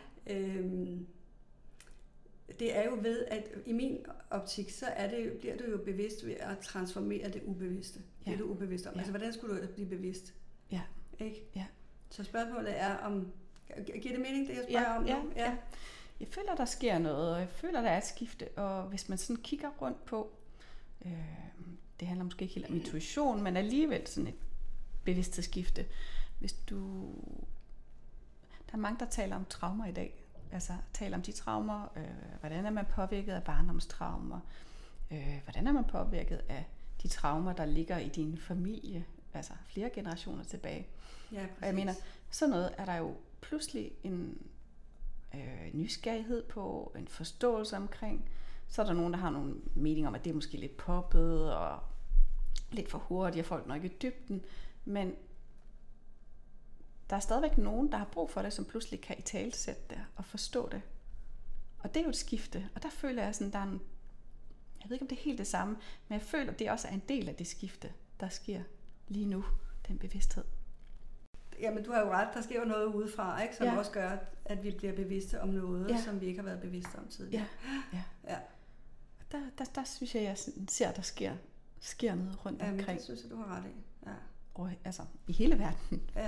det er jo ved, at i min optik, så bliver du jo bevidst ved at transformere det ubevidste. Det er du ubevidst om. Altså, hvordan skulle du blive bevidst? Ja. Ikke? Ja. Så spørgsmålet er om... Giver det mening, det jeg spørger om nu? Ja. Jeg føler, der sker noget, og jeg føler, der er et skifte. Og hvis man sådan kigger rundt på... det handler måske ikke helt om intuition, men alligevel sådan et bevidsthedsskifte. Hvis du... Der er mange, der taler om traumer i dag. Altså taler om de traumer, hvordan er man påvirket af barndomstraumer, hvordan er man påvirket af de traumer, der ligger i din familie, altså flere generationer tilbage. Ja, og jeg mener, sådan noget er der jo pludselig en nysgerrighed på, en forståelse omkring. Så er der nogen, der har nogle meninger om, at det er måske lidt poppet og lidt for hurtigt, og folk når ikke i dybden, men der er stadigvæk nogen, der har brug for det, som pludselig kan italesætte det og forstå det. Og det er jo et skifte. Og der føler jeg sådan, der er en... Jeg ved ikke, om det er helt det samme, men jeg føler, at det også er en del af det skifte, der sker lige nu. Den bevidsthed. Jamen, du har jo ret. Der sker jo noget udefra, ikke? Som også gør, at vi bliver bevidste om noget, som vi ikke har været bevidste om tidligere. Ja. Der synes jeg ser, at der sker noget rundt omkring. Ja, det synes jeg, du har ret i. Ja. Og, altså, i hele verden. Ja.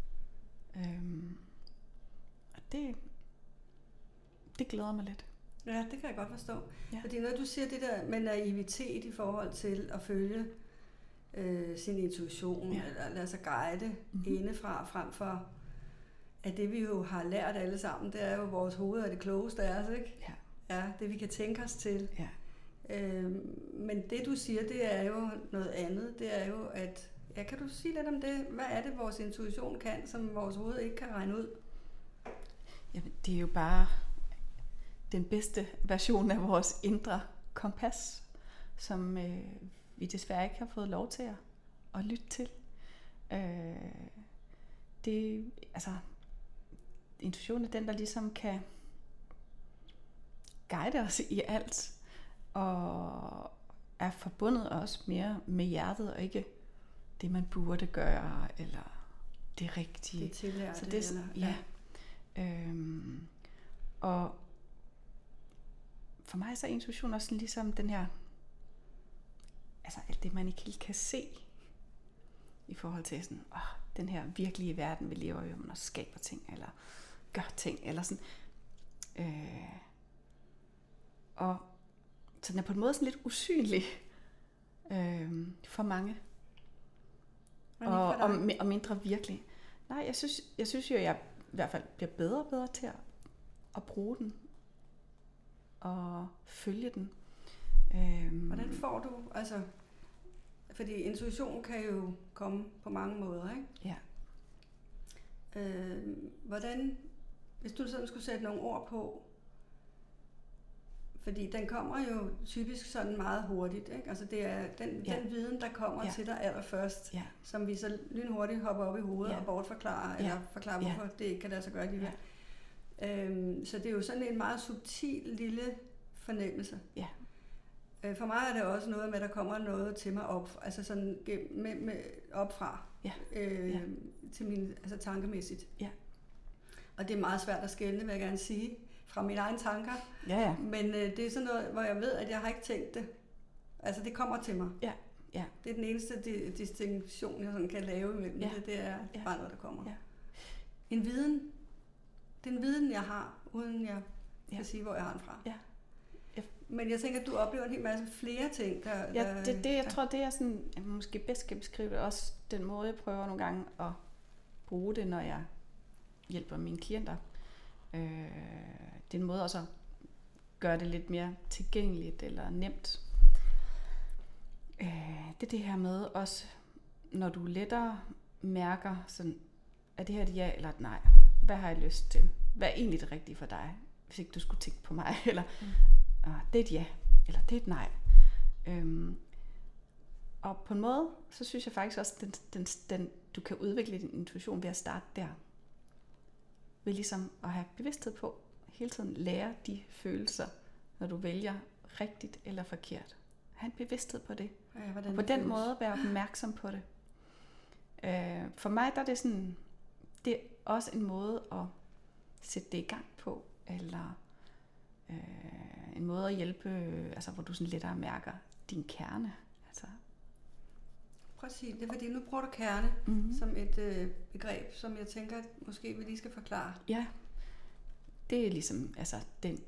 Og det glæder mig lidt. Ja, det kan jeg godt forstå. Ja. Fordi når du siger det der med naivitet i forhold til at følge sin intuition, eller lade sig guide indefra, frem for at det vi jo har lært alle sammen, det er jo vores hoved er det klogeste af os, ikke? Ja, det vi kan tænke os til. Ja. Men det du siger, det er jo noget andet. Det er jo at... Ja, kan du sige lidt om det? Hvad er det, vores intuition kan, som vores hoved ikke kan regne ud? Jamen, det er jo bare den bedste version af vores indre kompas, som vi desværre ikke har fået lov til at lytte til. Intuitionen er den, der ligesom kan guide os i alt, og er forbundet også mere med hjertet, og ikke det, man burde gøre, eller det rigtige. Det tillærte, så det, eller... Ja. Og for mig så er intuition også ligesom den her, altså alt det, man ikke helt kan se, i forhold til sådan, den her virkelige verden, vi lever i, hvor man også skaber ting, eller gør ting, eller sådan. Og så den er på en måde sådan lidt usynlig for mange. Og mindre virkelig. Nej, jeg synes jo, jeg i hvert fald bliver bedre og bedre til at bruge den og følge den. Hvordan får du, altså, fordi intuition kan jo komme på mange måder, ikke? Ja. Hvordan, hvis du sådan skulle sætte nogle ord på, fordi den kommer jo typisk sådan meget hurtigt, ikke? Altså det er den viden, der kommer til dig allerførst, som vi så lynhurtigt hopper op i hovedet og bortforklarer, eller forklarer, hvorfor det ikke kan lade sig gøre alligevel. Så det er jo sådan en meget subtil lille fornemmelse. Ja. For mig er det også noget med, at der kommer noget til mig op, altså sådan med opfra, til min, altså tankemæssigt. Ja. Og det er meget svært at skelne, vil jeg gerne sige, fra mine egne tanker. Ja. Men det er sådan noget, hvor jeg ved, at jeg har ikke tænkt det. Altså det kommer til mig. Ja. Det er den eneste distinktion, jeg sådan kan lave imellem det. Det er bare noget, der kommer. Ja. en viden. Det er en viden, jeg har, uden jeg kan Ja. sige, hvor jeg har den fra. Ja. Ja. Men jeg tænker, at du oplever en hel masse flere ting. Ja, jeg tror, det er sådan, jeg måske bedst skal beskrive det, også den måde, jeg prøver nogle gange at bruge det, når jeg hjælper mine klienter. Det er en måde også at gøre det lidt mere tilgængeligt eller nemt. Det er det her med også, når du lettere mærker, sådan, er det her et ja eller et nej? Hvad har jeg lyst til? Hvad er egentlig det rigtige for dig, hvis ikke du skulle tænke på mig? Eller det er et ja, eller det er et nej. Og på en måde, så synes jeg faktisk også, at du kan udvikle din intuition ved at starte der. Ved ligesom at have bevidsthed på, hele tiden lære de følelser, når du vælger rigtigt eller forkert. Ha' en bevidsthed på det. Ja, og på den måde være opmærksom på det. For mig der er det sådan, det er også en måde at sætte det i gang på, eller en måde at hjælpe, altså hvor du sådan lettere mærker din kerne. Altså. Prøv at sige det, fordi nu bruger du kerne som et begreb, som jeg tænker, måske vi lige skal forklare. Ja, det er ligesom altså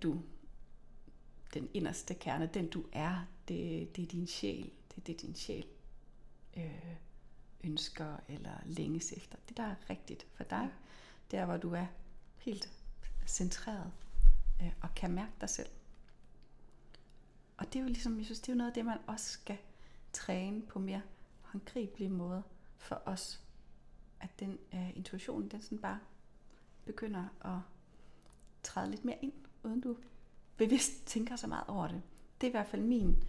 den inderste kerne, den du er, det er din sjæl, det er det din sjæl ønsker eller længes efter. Det der er rigtigt for dig, der hvor du er helt centreret og kan mærke dig selv. Og det er jo ligesom, jeg synes, det er jo noget af det, man også skal træne på mere håndgribelige måder for os. At den intuition, den sådan bare begynder at træde lidt mere ind, uden du bevidst tænker så meget over det. Det er i hvert fald min,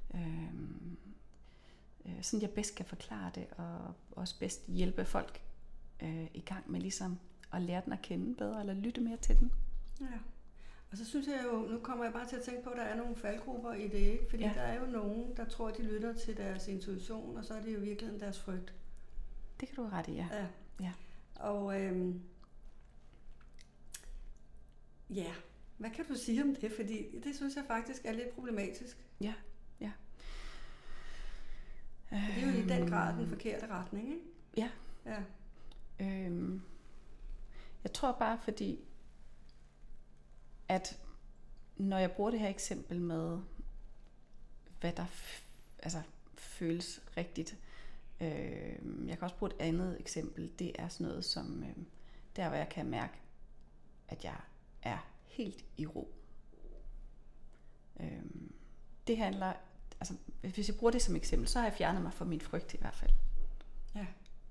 sådan jeg bedst kan forklare det, og også bedst hjælpe folk i gang med ligesom at lære den at kende bedre, eller lytte mere til den. Ja. Og så synes jeg jo, nu kommer jeg bare til at tænke på, at der er nogle faldgrupper i det, ikke? Fordi der er jo nogen, der tror, at de lytter til deres intuition, og så er det jo virkelig deres frygt. Det kan du have ret i, ja. Og hvad kan du sige om det? Fordi det synes jeg faktisk er lidt problematisk. Ja. Det er jo i den grad den forkerte retning, ikke? Ja. Jeg tror bare, fordi at når jeg bruger det her eksempel med, hvad der føles rigtigt. Jeg kan også bruge et andet eksempel. Det er sådan noget som, der hvor jeg kan mærke, at jeg er helt i ro. Det handler, altså hvis jeg bruger det som eksempel, så har jeg fjernet mig fra min frygt i hvert fald. Ja.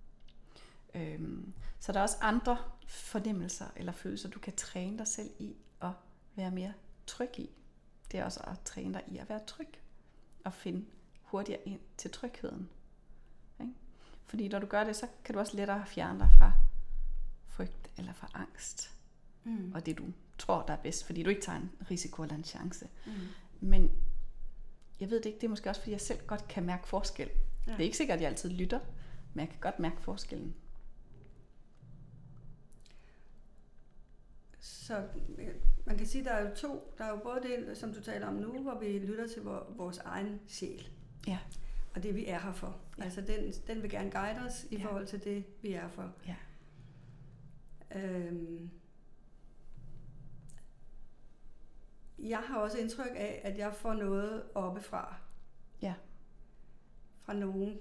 Så der er også andre fornemmelser eller følelser, du kan træne dig selv i at være mere tryg i. Det er også at træne dig i at være tryg og finde hurtigere ind til trygheden. Okay? Fordi når du gør det, så kan du også lettere fjerne dig fra frygt eller fra angst. Og det du tror, der er bedst, fordi du ikke tager en risiko eller en chance. Men jeg ved det ikke, det er måske også, fordi jeg selv godt kan mærke forskel. Ja. Det er ikke sikkert, at jeg altid lytter, men jeg kan godt mærke forskellen. Så man kan sige, der er jo to. Der er jo både det, som du taler om nu, hvor vi lytter til vores egen sjæl. Ja. Og det, vi er her for. Ja. Altså, den vil gerne guide os i forhold til det, vi er for. Ja. Jeg har også indtryk af, at jeg får noget oppefra. Ja. Fra nogen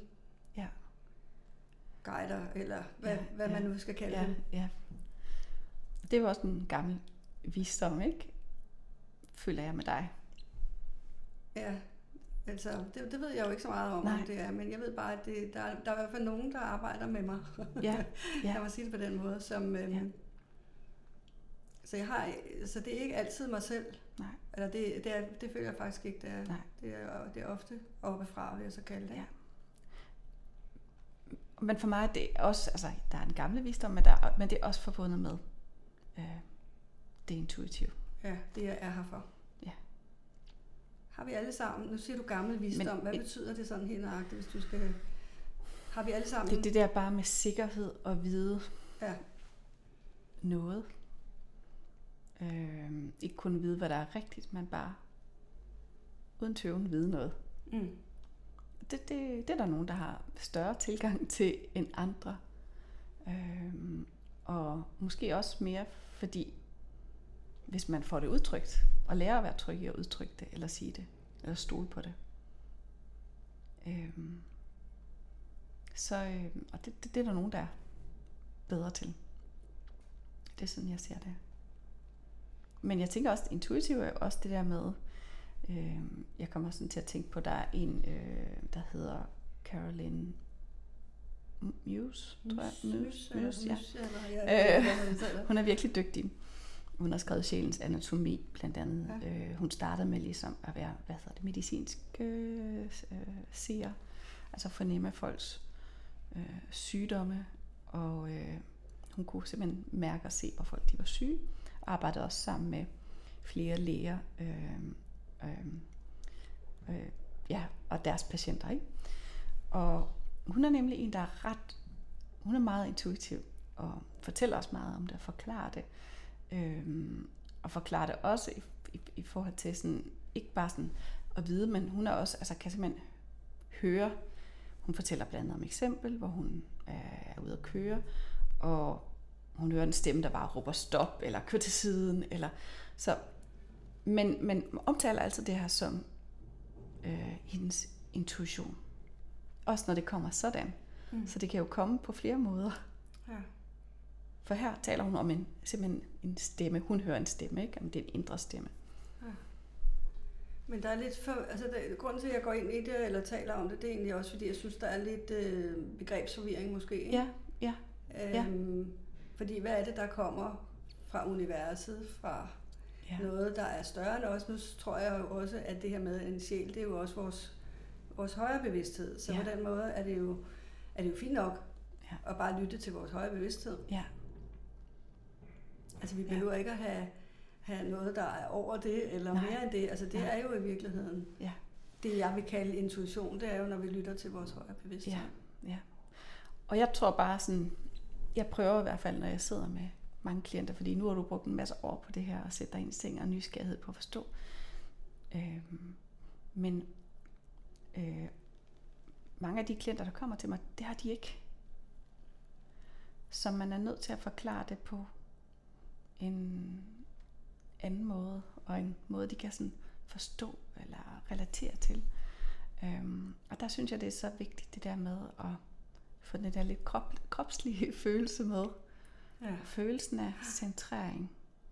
guider, eller hvad man nu skal kalde det. Ja. Det var også en gammel visdom, ikke? Føler jeg med dig. Ja, altså det ved jeg jo ikke så meget om det er, men jeg ved bare, at der er i hvert fald nogen, der arbejder med mig. Ja. Jeg må sige det på den måde, som... Så det er ikke altid mig selv. Nej. Eller det føler jeg faktisk ikke, det er ofte oppefra, vil jeg så kalde det. Ja. Men for mig er det også, altså der er en gammel visdom, men det er også forbundet med det intuitive. Ja, det jeg er her for. Ja. Har vi alle sammen, nu siger du gammel visdom, hvad betyder det sådan helt nøjagtigt, hvis du skal... Har vi alle sammen... Det der bare med sikkerhed og vide noget. Ikke kun vide, hvad der er rigtigt, men bare uden tøven vide noget. Det er der nogen, der har større tilgang til end andre. Og måske også mere, fordi hvis man får det udtrykt, og lærer at være tryg i at udtrykke det, eller sige det, eller stole på det. Og det er der nogen, der er bedre til. Det er sådan, jeg ser det. Men jeg tænker også, intuitivt er også det der med, jeg kommer sådan til at tænke på, der er en, der hedder Caroline Myss, tror jeg. Myss, ja. Hun er virkelig dygtig. Hun har skrevet Sjælens Anatomi, blandt andet. Ja. Hun startede med ligesom at være, medicinsk seer, altså fornemme folks sygdomme, og hun kunne simpelthen mærke og se, hvor folk de var syge, og arbejdede også sammen med flere læger og deres patienter, ikke? Og hun er nemlig en, der er hun er meget intuitiv, og fortæller også meget om det, og forklarer det. Og forklarer det også i forhold til sådan, ikke bare sådan at vide, men hun er også, altså kan simpelthen høre. Hun fortæller blandt andet om et eksempel, hvor hun er ude at køre, og hun hører en stemme, der bare råber stop, eller kør til siden, eller så. Men omtaler altså det her som hendes intuition. Også når det kommer sådan. Så det kan jo komme på flere måder. Ja. For her taler hun om simpelthen en stemme. Hun hører en stemme, ikke? Om det er en indre stemme. Ja. Men der er lidt grunden til, at jeg går ind i det, eller taler om det, det er egentlig også, fordi jeg synes, der er lidt begrebsforvirring måske. Ikke? Ja. Fordi hvad er det, der kommer fra universet, fra noget, der er større end os? Nu tror jeg jo også, at det her med en sjæl, det er jo også vores højere bevidsthed. Så på den måde er det jo fint nok at bare lytte til vores højere bevidsthed. Ja. Altså vi behøver ikke at have noget, der er over det, eller mere end det. Altså det er jo i virkeligheden det, jeg vil kalde intuition. Det er jo, når vi lytter til vores højere bevidsthed. Ja. Og jeg tror bare sådan, jeg prøver i hvert fald, når jeg sidder med mange klienter, fordi nu har du brugt en masse år på det her, og sætter ind ting og nysgerrighed på at forstå. Men mange af de klienter, der kommer til mig, det har de ikke. Så man er nødt til at forklare det på en anden måde, og en måde, de kan sådan forstå eller relatere til. Og der synes jeg, det er så vigtigt, det der med at få den der lidt kropslige følelse med. Ja. Følelsen af centrering.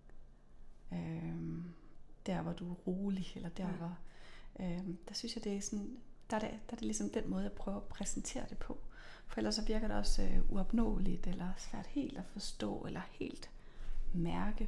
Der, hvor du er rolig, eller der, hvor... der synes jeg, det er sådan... Der er det ligesom den måde, jeg prøver at præsentere det på. For ellers så virker det også uopnåeligt, eller svært helt at forstå, eller helt mærke.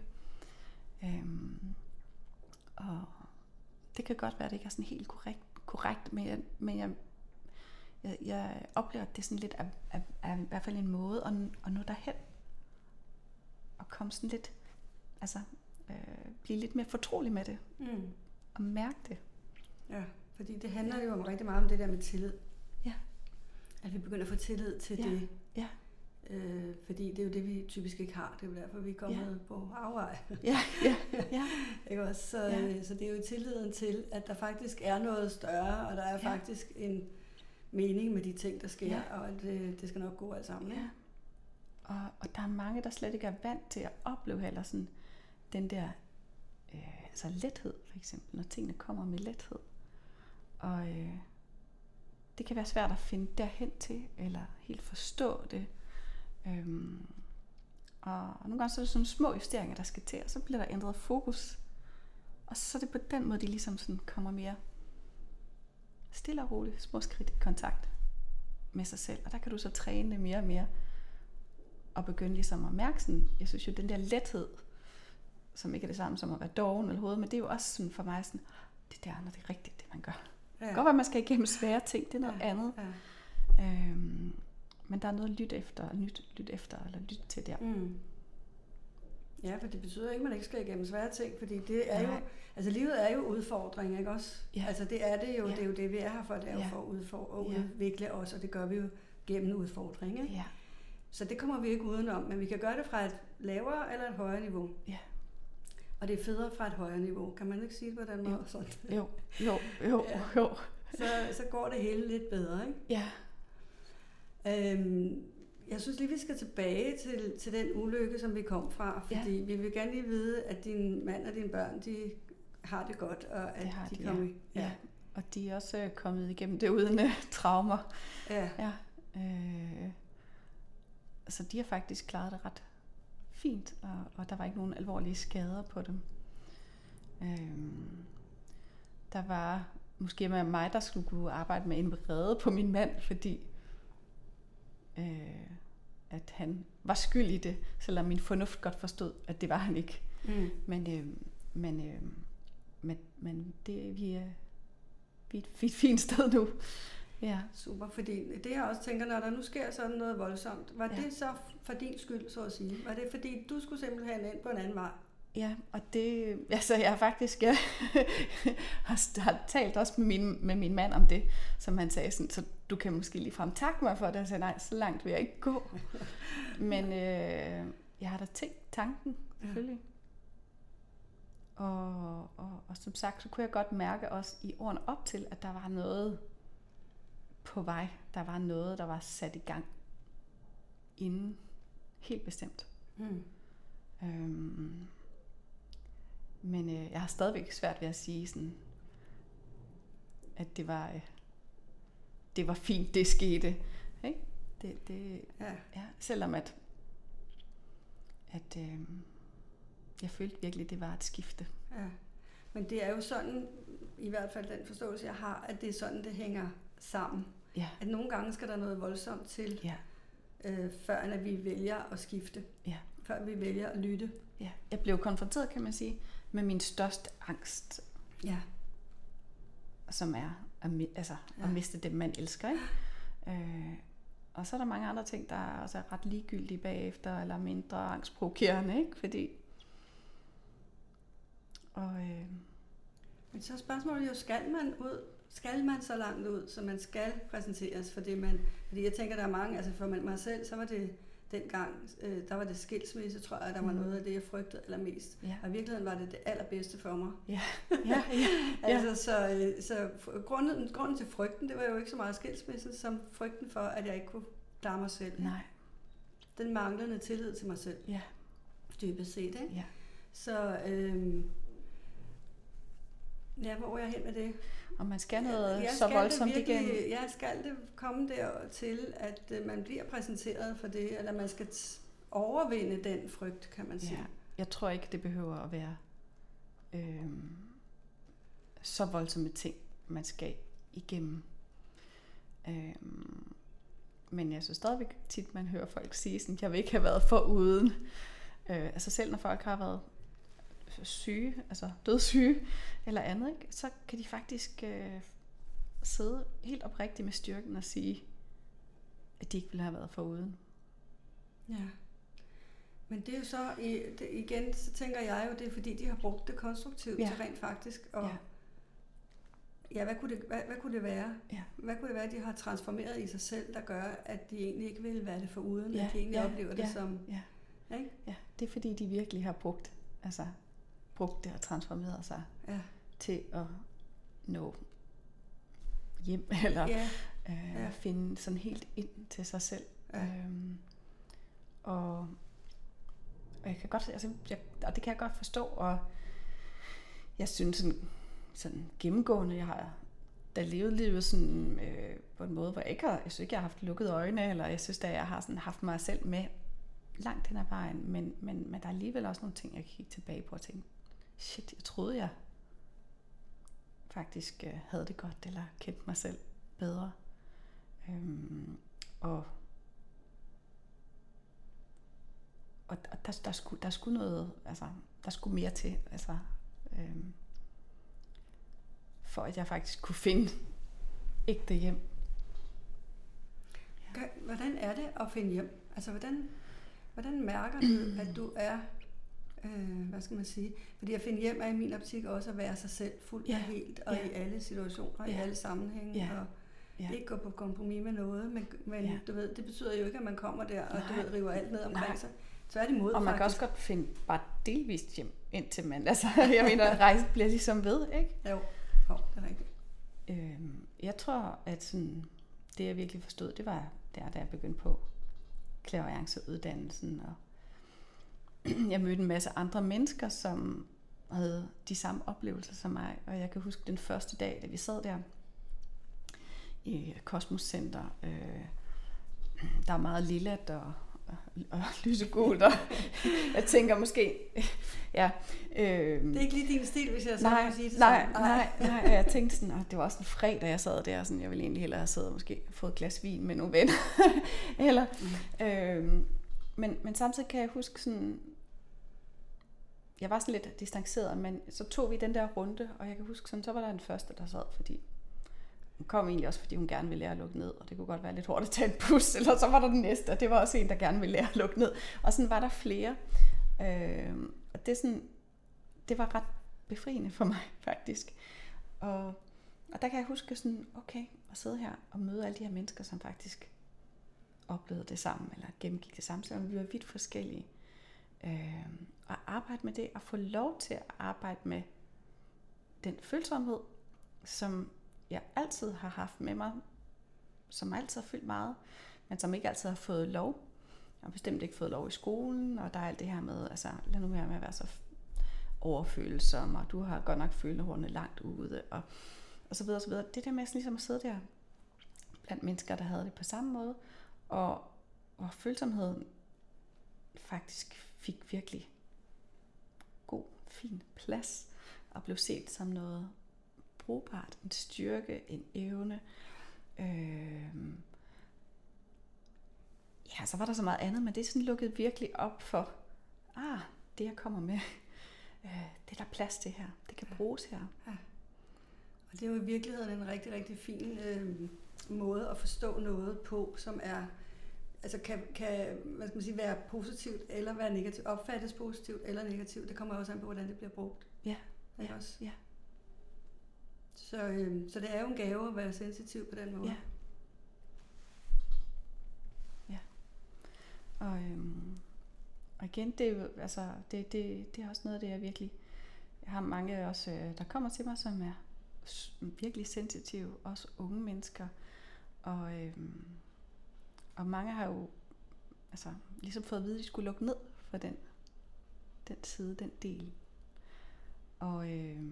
Og det kan godt være, at det ikke er sådan helt korrekt, men jeg oplever, at det er sådan lidt er i hvert fald en måde at nå derhen. Og komme sådan lidt, altså blive lidt mere fortrolig med det. Og mærke det. Ja, fordi det handler jo om rigtig meget om det der med tillid. Ja. At vi begynder at få tillid til det. Ja. Fordi det er jo det, vi typisk ikke har. Det er jo derfor, vi er kommet på afvej. Ja. Ikke også? Så det er jo tilliden til, at der faktisk er noget større, og der er faktisk en mening med de ting, der sker, og at det skal nok gå alt sammen. Ja. Og der er mange, der slet ikke er vant til at opleve heller sådan den der altså lethed, for eksempel, når tingene kommer med lethed. Og det kan være svært at finde derhen til, eller helt forstå det. Og nogle gange så er det sådan små justeringer, der skal til, og så bliver der ændret fokus. Og så er det på den måde, de ligesom sådan kommer mere stille og roligt, små skridt i kontakt med sig selv. Og der kan du så træne mere og mere, og begynde ligesom at mærke sådan, jeg synes jo, den der lethed, som ikke er det samme som at være doven eller hovedet, men det er jo også sådan for mig sådan, det der, når det er rigtigt, det man gør. Ja. Det kan godt være, at man skal igennem svære ting, det er noget andet. Ja. Men der er noget at lytte efter, eller lytte til der. Ja, for det betyder ikke, at man ikke skal igennem svære ting, fordi det er jo, altså livet er jo udfordring, ikke også? Ja. Altså det er det jo, det er jo det, vi er her for, det er jo for at udvikle os, og det gør vi jo gennem udfordring, ikke? Ja. Så det kommer vi ikke udenom, men vi kan gøre det fra et lavere eller et højere niveau. Ja. Og det er federe fra et højere niveau. Kan man ikke sige det på den måde? Jo. Så går det hele lidt bedre, ikke? Ja. Jeg synes lige, vi skal tilbage til den ulykke, som vi kom fra, fordi vi vil gerne lige vide, at din mand og dine børn, de har det godt, og at de kommer... Ja. Og de er også kommet igennem det uden traumer. Ja. Så de har faktisk klaret det ret fint, og der var ikke nogen alvorlige skader på dem. Der var måske mig, der skulle kunne arbejde med en vrede på min mand, fordi at han var skyld i det, selvom min fornuft godt forstod, at det var han ikke. Men vi er et fint sted nu. Ja. Super, fordi det jeg også tænker, når der nu sker sådan noget voldsomt, var det så for din skyld, så at sige? Var det fordi, du skulle simpelthen ind på en anden vej? Ja, og det, altså jeg har faktisk har talt også med min mand om det, som han sagde sådan, så du kan måske ligefrem takke mig for det, og sagde, nej, så langt vil jeg ikke gå. Men jeg har da tænkt tanken, selvfølgelig. Og som sagt, så kunne jeg godt mærke også i årene op til, at der var noget på vej. Der var noget, der var sat i gang inden. Helt bestemt. Men jeg har stadigvæk svært ved at sige sådan, at det var fint, det skete. Ikke? Selvom at jeg følte virkelig, det var et skifte. Ja. Men det er jo sådan, i hvert fald den forståelse, jeg har, at det er sådan, det hænger sammen. Ja. At nogle gange skal der noget voldsomt til, før at vi vælger at skifte. Ja. Før vi vælger at lytte. Ja. Jeg blev konfronteret, kan man sige, med min største angst. Ja. Som er at miste dem, man elsker. Ikke? Og så er der mange andre ting, der også er ret ligegyldige bagefter, eller mindre angstprovokerende, ikke? Fordi... Men så er spørgsmålet jo, skal man så langt ud, så man skal præsenteres for det, fordi jeg tænker, der er mange, altså for mig selv, så var det dengang, der var det skilsmisse, tror jeg, der var noget af det, jeg frygtede allermest. Ja. Og i virkeligheden var det allerbedste for mig. Ja. Altså, så grunden til frygten, det var jo ikke så meget skilsmissen, som frygten for, at jeg ikke kunne klare mig selv. Nej. Den manglende tillid til mig selv. Ja. Dybest set, ikke? Ja. Så, hvor er jeg hen med det? Og man skal noget så voldsomt igennem. Ja, skal det komme der til, at man bliver præsenteret for det, eller man skal overvinde den frygt, kan man sige. Ja, jeg tror ikke, det behøver at være så voldsomme ting, man skal igennem. Men jeg synes stadigvæk tit, man hører folk sige sådan, jeg vil ikke have været foruden. Altså selv når folk har været syge, altså dødssyge eller andet, ikke? Så kan de faktisk sidde helt oprigtigt med styrken og sige, at de ikke ville have været foruden. Ja. Men det er jo så, igen, så tænker jeg jo, det er fordi, de har brugt det konstruktivt til rent faktisk. Og hvad kunne det være? Ja. Hvad kunne det være, de har transformeret i sig selv, der gør, at de egentlig ikke ville være det foruden, at de egentlig oplever det som... Ja. Ikke? Ja, det er fordi, de virkelig har brugt det og transformeret sig til at nå hjem, eller finde sådan helt ind til sig selv. Ja. Og jeg kan godt, og det kan jeg godt forstå, og jeg synes sådan gennemgående, jeg har da levet livet sådan, på en måde, hvor jeg synes ikke, jeg har haft lukkede øjne, eller jeg synes, at jeg har sådan haft mig selv med langt hen ad vejen, men der er alligevel også nogle ting, jeg kan kigge tilbage på og tænke, shit, jeg troede, jeg faktisk havde det godt, eller kendte mig selv bedre. Og der skulle noget, altså, der skulle mere til, altså, for at jeg faktisk kunne finde ægte hjem. Ja. Hvordan er det at finde hjem? Altså, hvordan mærker du, at du er, hvad skal man sige? Fordi at finde hjem er i min optik også at være sig selv fuldt og helt, og i alle situationer, i alle sammenhænge, og ikke gå på kompromis med noget, men du ved, det betyder jo ikke, at man kommer der, og du ved, river alt ned omkring sig. Tværtimod, og man kan også godt finde bare delvist hjem, indtil man, altså, jeg mener, rejsen bliver ligesom ved, ikke? Jo, det er rigtigt. Jeg tror, at sådan, det jeg virkelig forstod, det var der, da jeg begyndte på clairvoyanceuddannelsen, og jeg mødte en masse andre mennesker, som havde de samme oplevelser som mig, og jeg kan huske den første dag, da vi sad der i Kosmos Center, der er meget lillet og lysegult, og jeg tænker måske, ja. Det er ikke lige din stil, hvis jeg så kan sige det nej, jeg tænkte sådan, og det var også en fredag, jeg sad der, sådan, jeg ville egentlig hellere have siddet og måske fået et glas vin med nogle venner, eller, men samtidig kan jeg huske sådan, jeg var sådan lidt distanceret, men så tog vi den der runde, og jeg kan huske sådan, så var der den første, der sad, fordi hun kom egentlig også, fordi hun gerne ville lære at lukke ned, og det kunne godt være lidt hårdt at tage en bus, eller så var der den næste, og det var også en, der gerne ville lære at lukke ned. Og sådan var der flere. Og det var ret befriende for mig, faktisk. Og der kan jeg huske sådan, okay, at sidde her og møde alle de her mennesker, som faktisk oplevede det samme, eller gennemgik det samme, selvom vi var vidt forskellige. Og arbejde med det, og få lov til at arbejde med den følsomhed, som jeg altid har haft med mig, som altid har fyldt meget, men som ikke altid har fået lov. Jeg har bestemt ikke fået lov i skolen, og der er alt det her med, altså lad nu være med at være så overfølsom, og du har godt nok følehornene langt ude, og så videre, og så videre. Det der med ligesom at sidde der blandt mennesker, der havde det på samme måde, og hvor følsomheden faktisk fik virkelig god, fin plads, og blev set som noget brugbart, en styrke, en evne. Ja, så var der så meget andet, men det sådan lukkede virkelig op for, det jeg kommer med, det er der plads til her, det kan bruges her. Ja. Og det er jo i virkeligheden en rigtig, rigtig fin måde at forstå noget på, som er, altså kan hvad skal man sige, være positivt eller være negativt, opfattes positivt eller negativt. Det kommer også an på, hvordan det bliver brugt. Ja. Ikke også? Ja. Så det er jo en gave at være sensitiv på den måde. Ja. Ja. Og igen, det er jo, altså, det er også noget af det, jeg virkelig, jeg har mange også, der kommer til mig, som er virkelig sensitive, også unge mennesker, og mange har jo altså ligesom fået at vide, at de skulle lukke ned for den side, den del. Og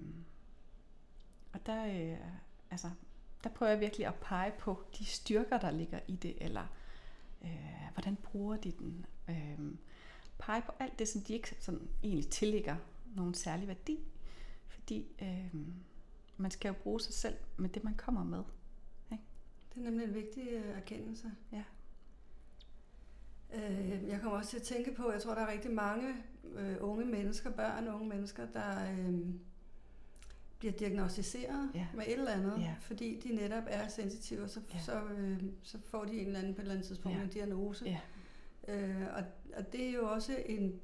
der, der prøver jeg virkelig at pege på de styrker, der ligger i det, eller hvordan bruger de den. Pege på alt det, som de ikke sådan egentlig tillægger nogen særlig værdi, fordi man skal jo bruge sig selv med det, man kommer med. Ikke? Det er nemlig en vigtig erkendelse. Ja. Jeg kommer også til at tænke på, jeg tror, der er rigtig mange unge mennesker, der bliver diagnosticeret med et eller andet, fordi de netop er sensitive, og så får de en eller anden på et eller andet tidspunkt en diagnose. Ja. Og det er jo også en,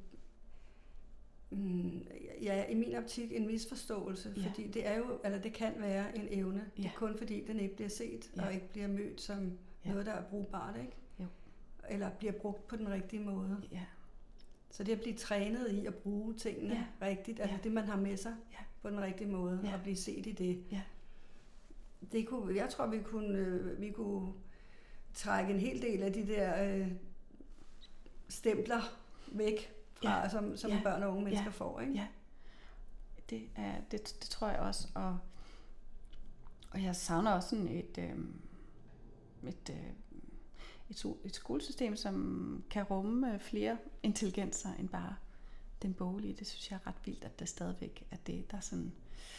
i min optik en misforståelse, fordi det er jo, eller det kan være en evne, det er kun fordi den ikke bliver set og ikke bliver mødt som noget, der er brugbart, ikke? Jo. Eller bliver brugt på den rigtige måde. Ja. Så det at blive trænet i at bruge tingene rigtigt, altså det man har med sig på den rigtige måde, og blive set i det. Ja. Jeg tror vi kunne trække en hel del af de der stempler væk fra, som børn og unge mennesker får, ikke? Ja. Det tror jeg også, og jeg savner også sådan et skolesystem, som kan rumme flere intelligenser end bare den boglige. Det synes jeg er ret vildt, at det stadigvæk er det, der sådan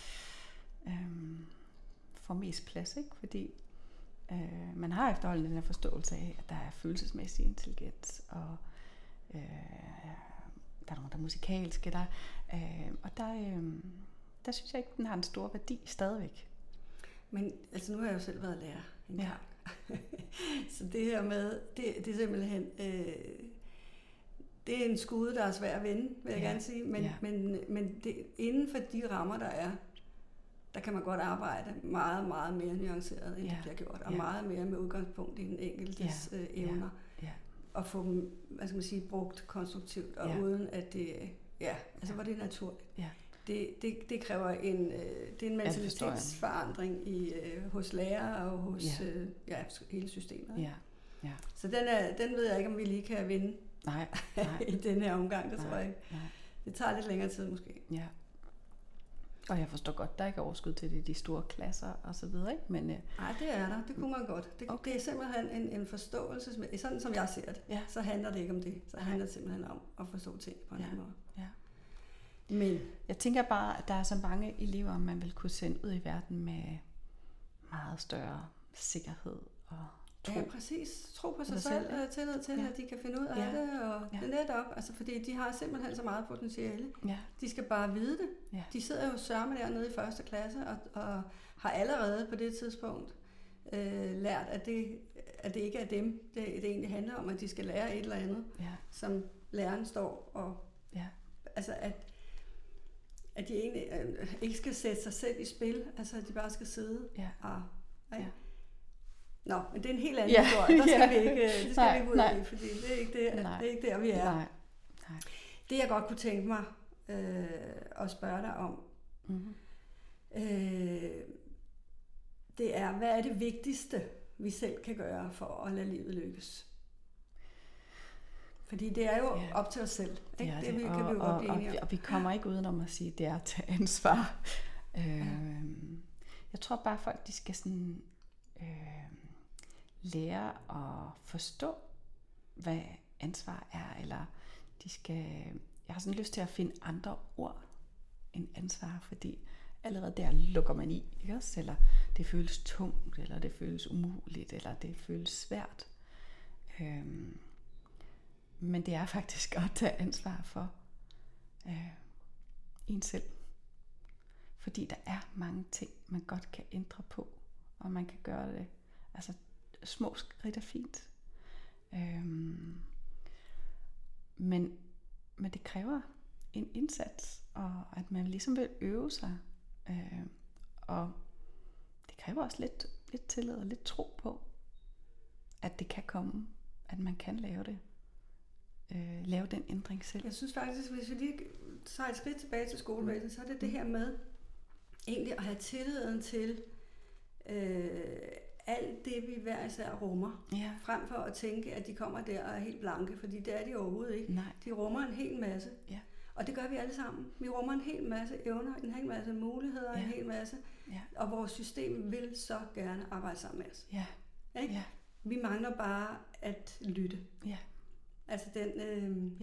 får mest plads, ikke? Fordi man har efterhånden den her forståelse af, at der er følelsesmæssig intelligens, og der er nogen, der er musikalske, og der synes jeg ikke, den har en stor værdi stadigvæk. Men altså nu har jeg jo selv været lærer en gang. Så det her med, det er simpelthen, det er en skude, der er svær at vende, vil jeg gerne sige, men det, inden for de rammer, der er, der kan man godt arbejde meget, meget mere nuanceret, end det bliver gjort, og meget mere med udgangspunkt i den enkeltes evner, og få dem, hvad skal man sige, brugt konstruktivt, og uden at det, hvor det er naturligt. Ja. Det kræver det er en mentalitetsforandring hos lærere og hos hele systemet. Ja. Ja. Så den ved jeg ikke, om vi lige kan vinde Nej. i den her omgang, det tror jeg ikke. Nej. Det tager lidt længere tid måske. Ja. Og jeg forstår godt, der er ikke overskud til det, de store klasser og så videre, ikke? Men, nej, det er der. Det kunne man godt. Det er simpelthen en forståelse, sådan som jeg ser det. Så handler det ikke om det. Så handler det simpelthen om at forstå ting på en anden måde. Ja. Men jeg tænker bare, at der er så mange elever, man vil kunne sende ud i verden med meget større sikkerhed og tro. Ja, præcis. Tro på sig selv og tillid til, at de kan finde ud af det. Og det er netop, altså, fordi de har simpelthen så meget potentiale. Ja. De skal bare vide det. Ja. De sidder jo sørme dernede i første klasse og har allerede på det tidspunkt lært, at det ikke er dem, det egentlig handler om, at de skal lære et eller andet, som læreren står og... Altså, at de egentlig ikke skal sætte sig selv i spil, altså at de bare skal sidde og... Nå, men det er en helt anden historie. Der skal vi ikke, det skal vi ikke ud i, fordi det er ikke der, vi er. Nej. Det jeg godt kunne tænke mig at spørge dig om, det er, hvad er det vigtigste, vi selv kan gøre for at lade livet lykkes? Fordi det er jo op til os selv. Ikke? Det kan vi jo godt blive enige om. Og vi kommer ikke udenom at sige, at det er at tage ansvar. Jeg tror bare, folk de skal sådan... lære at forstå, hvad ansvar er, eller de skal... Jeg har sådan lyst til at finde andre ord end ansvar, fordi allerede der lukker man i, ikke også? Eller det føles tungt, eller det føles umuligt, eller det føles svært. Men det er faktisk at tage ansvar for en selv. Fordi der er mange ting, man godt kan ændre på, og man kan gøre det. Altså, små skridt er fint. Men det kræver en indsats, og at man ligesom vil øve sig. Og det kræver også lidt tillid og lidt tro på, at det kan komme, at man kan lave det. Lave den ændring selv. Jeg synes faktisk, hvis vi lige tager et skridt tilbage til skolevæsenet, så er det her med egentlig at have tilliden til alt det, vi hver især rummer, frem for at tænke, at de kommer der og er helt blanke, fordi det er de overhovedet ikke. Nej. De rummer en hel masse. Ja. Og det gør vi alle sammen. Vi rummer en hel masse evner, en hel masse muligheder, en hel masse. Ja. Og vores system vil så gerne arbejde sammen med os. Ja. Ikke? Ja. Vi mangler bare at lytte. Ja. Altså den...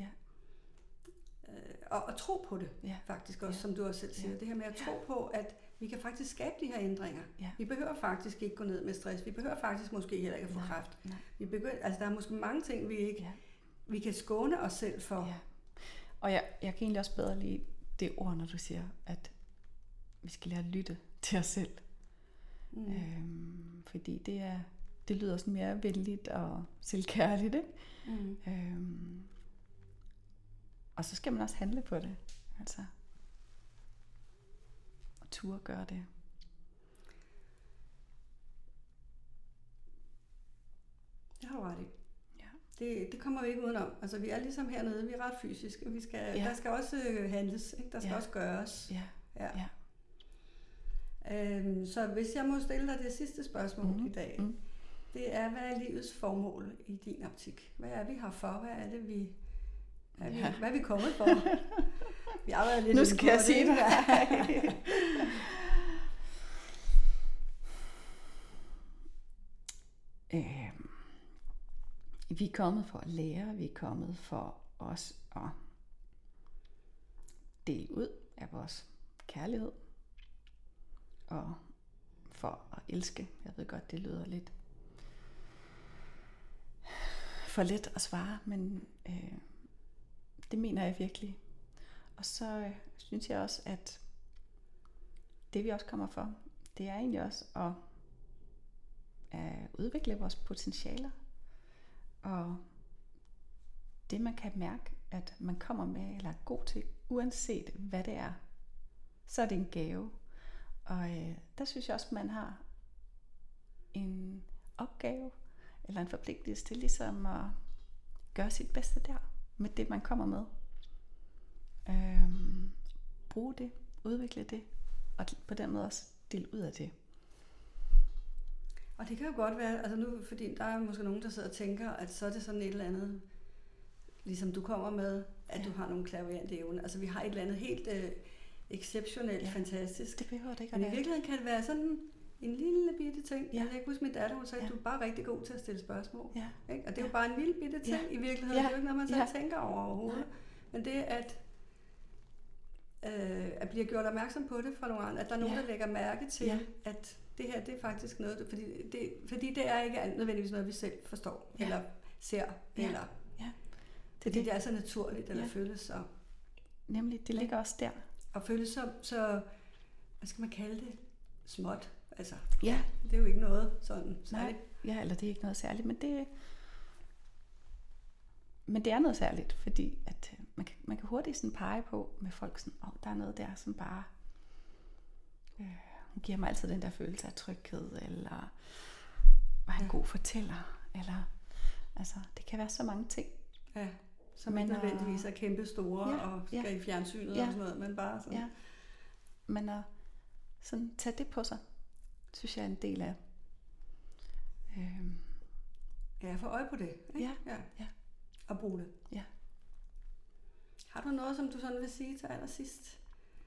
og tro på det, faktisk også, som du også selv siger. Det her med at tro på, at vi kan faktisk skabe de her ændringer. Ja. Vi behøver faktisk ikke gå ned med stress. Vi behøver faktisk måske heller ikke at få kræft. Altså, der er måske mange ting, vi kan skåne os selv for. Ja. Og jeg kan egentlig også bedre lide det ord, når du siger, at vi skal lære at lytte til os selv. Fordi det lyder sådan mere venligt og selvkærligt, ikke? Og så skal man også handle på det. Altså. Og turde gøre det. Det har du ret i. Ja. Det kommer vi ikke udenom. Altså vi er ligesom hernede, vi er ret fysiske. Der skal også handles, ikke? Der skal også gøres. Ja. Så hvis jeg må stille dig det sidste spørgsmål i dag, det er, hvad er livets formål i din optik? Hvad er vi her for? Hvad er det, hvad er vi kommet for? Vi arbejder lidt nu skal jeg sige det. Vi er kommet for at lære, vi er kommet for os at dele ud af vores kærlighed, og for at elske. Jeg ved godt, det lyder lidt for let at svare, men det mener jeg virkelig. Og så synes jeg også, at det vi også kommer for, det er egentlig også at udvikle vores potentialer. Og det man kan mærke, at man kommer med eller er god til, uanset hvad det er, så er det en gave. Og der synes jeg også, at man har en opgave eller en forpligtelse til ligesom at gøre sit bedste der med det man kommer med. Bruge det, udvikle det og på den måde også dele ud af det. Og det kan jo godt være, altså nu, fordi der er måske nogen, der sidder og tænker, at så er det sådan et eller andet, ligesom du kommer med, at du har nogle clairvoyante evner. Altså vi har et eller andet helt exceptionelt, fantastisk. Det behøver det ikke at være. Men i virkeligheden kan det være sådan en lille bitte ting. Jeg kan ikke huske min datter, hun sagde, at du er bare rigtig god til at stille spørgsmål. Ikke? Og det er jo bare en lille bitte ting i virkeligheden. Det er jo ikke noget, man selv tænker over overhovedet. Men det at blive gjort opmærksom på det fra nogle andre, at der er nogen, der lægger mærke til, at det her, det er faktisk noget, fordi det er ikke nødvendigvis noget, vi selv forstår, eller ser, eller fordi det er så naturligt, eller føles så. Nemlig, det ligger også der. Og føles så, hvad skal man kalde det, småt. Altså, det er jo ikke noget sådan særligt. Nej, eller det er ikke noget særligt, men det er noget særligt, fordi at man kan hurtigt sådan pege på med folk sådan, der er noget der, som bare hun giver mig altid den der følelse af tryghed, eller var en god fortæller, eller altså, det kan være så mange ting. Ja, som ikke nødvendigvis er kæmpe store og skal i fjernsynet og sådan noget, men bare sådan. Ja. Men at sådan tage det på sig, synes jeg er en del af. Få øje på det. Ikke? Ja. Og bruge det. Ja. Har du noget, som du sådan vil sige til allersidst?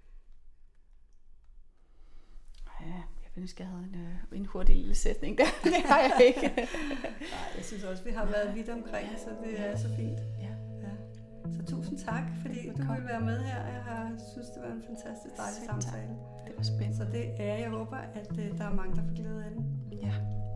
Ja, jeg ville ønske, jeg havde en hurtig lille sætning der. Det har jeg ikke. Nej, jeg synes også, vi har været vidt omkring, så det er så fint. Ja. Så tusind tak, fordi du ville være med her. Jeg synes, det var en fantastisk dejlig samtale. Det var spændende. Så det er, jeg håber, at der er mange, der får glæde af den. Ja.